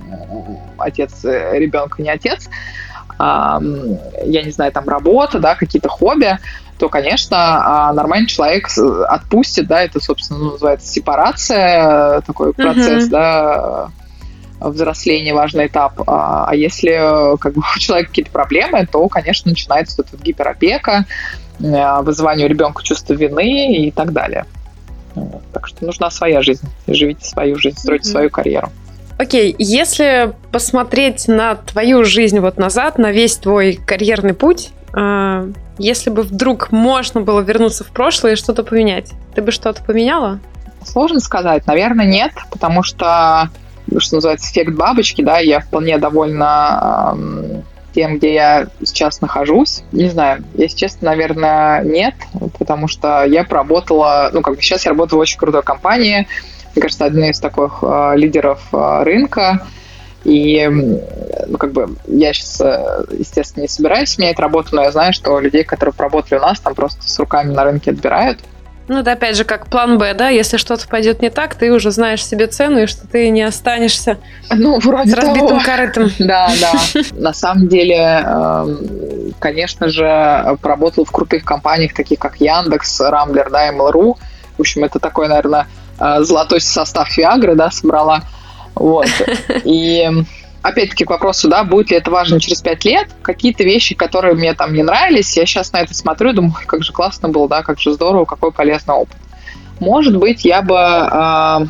отец ребенка, не отец, я не знаю, там, работа, да, какие-то хобби, то, конечно, нормальный человек отпустит, да, это, собственно, называется сепарация, такой процесс, да, взросления, важный этап. А если как бы у человека какие-то проблемы, то, конечно, начинается вот гиперопека, вызывание у ребенка чувства вины и так далее. Так что нужна своя жизнь. Живите свою жизнь, стройте свою карьеру. Окей, если посмотреть на твою жизнь вот назад, на весь твой карьерный путь, если бы вдруг можно было вернуться в прошлое и что-то поменять, ты бы что-то поменяла? Сложно сказать. Наверное, нет, потому что называется, эффект бабочки, да, я вполне довольна тем, где я сейчас нахожусь. Не знаю, если честно, наверное, нет, потому что я проработала, ну, как бы сейчас я работаю в очень крутой компании, мне кажется, одной из таких лидеров рынка, и, ну, как бы, я сейчас, естественно, не собираюсь менять работу, но я знаю, что людей, которые проработали у нас, там просто с руками на рынке отбирают. Ну, это опять же как план Б, да? Если что-то пойдет не так, ты уже знаешь себе цену, и что ты не останешься вроде с разбитым того. корытом. Да. На самом деле, конечно же, поработал в крутых компаниях, таких как Яндекс, Рамблер, да, и Mail.ru. В общем, это такой, наверное, золотой состав Виагры, да, собрала. Вот. И опять-таки к вопросу, да, будет ли это важно через 5 лет. Какие-то вещи, которые мне там не нравились, я сейчас на это смотрю и думаю, как же классно было, да, как же здорово, какой полезный опыт. Может быть, я бы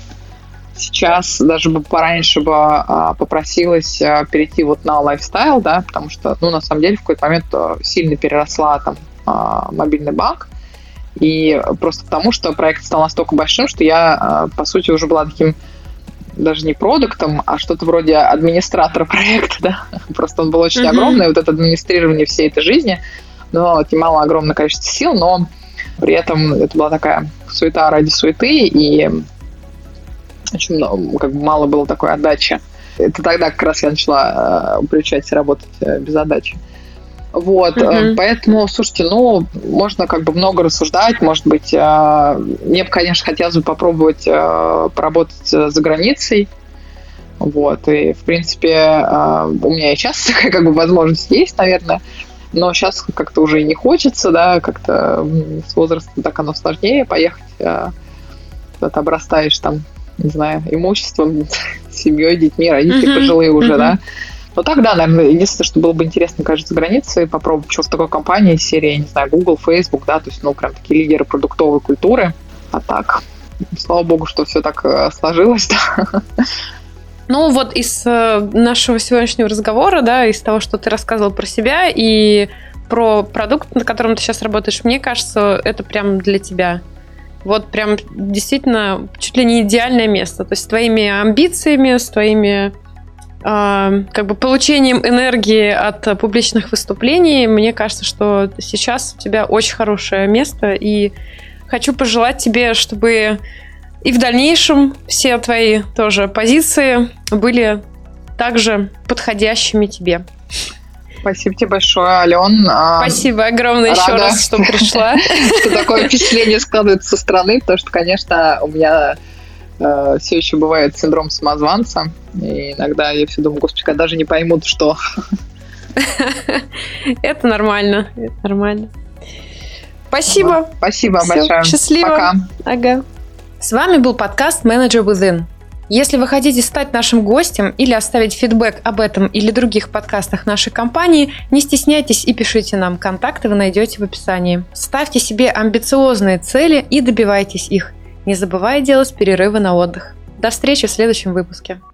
сейчас даже бы пораньше бы попросилась перейти вот на лайфстайл, да, потому что, ну, на самом деле, в какой-то момент сильно переросла там мобильный банк, и просто потому, что проект стал настолько большим, что я, по сути, уже была таким даже не продуктом, а что-то вроде администратора проекта, да. Просто он был очень огромный, вот это администрирование всей этой жизни, но отнимало огромное количество сил, но при этом это была такая суета ради суеты, и очень как бы мало было такой отдачи. Это тогда как раз я начала приучать работать без отдачи. Вот, поэтому, слушайте, ну, можно как бы много рассуждать, может быть, мне бы, конечно, хотелось бы попробовать поработать за границей, вот, и, в принципе, у меня и сейчас такая как бы возможность есть, наверное, но сейчас как-то уже и не хочется, да, как-то с возрастом так оно сложнее поехать, куда-то обрастаешь там, не знаю, имуществом, семьей, детьми, родители пожилые уже, да. Ну так, да, наверное, единственное, что было бы интересно, кажется, за границей, попробовать, что в такой компании, серии, не знаю, Google, Facebook, да, то есть, ну, прям такие лидеры продуктовой культуры. А так, слава богу, что все так сложилось, да. Ну, вот из нашего сегодняшнего разговора, да, из того, что ты рассказывал про себя и про продукт, на котором ты сейчас работаешь, мне кажется, это прям для тебя. Вот прям действительно чуть ли не идеальное место. То есть с твоими амбициями, с твоими как бы получением энергии от публичных выступлений, мне кажется, что сейчас у тебя очень хорошее место, и хочу пожелать тебе, чтобы и в дальнейшем все твои тоже позиции были также подходящими тебе. Спасибо тебе большое, Ален. Спасибо огромное еще раз, что пришла. Что такое впечатление складывается со стороны, потому что, конечно, у меня все еще бывает синдром самозванца. И иногда я все думаю, господи, когда даже не поймут, что... Это нормально. Это нормально. Спасибо. Спасибо большое. Счастливо. Пока. Ага. С вами был подкаст Manager Within. Если вы хотите стать нашим гостем или оставить фидбэк об этом или других подкастах нашей компании, не стесняйтесь и пишите нам. Контакты вы найдете в описании. Ставьте себе амбициозные цели и добивайтесь их. Не забывай делать перерывы на отдых. До встречи в следующем выпуске.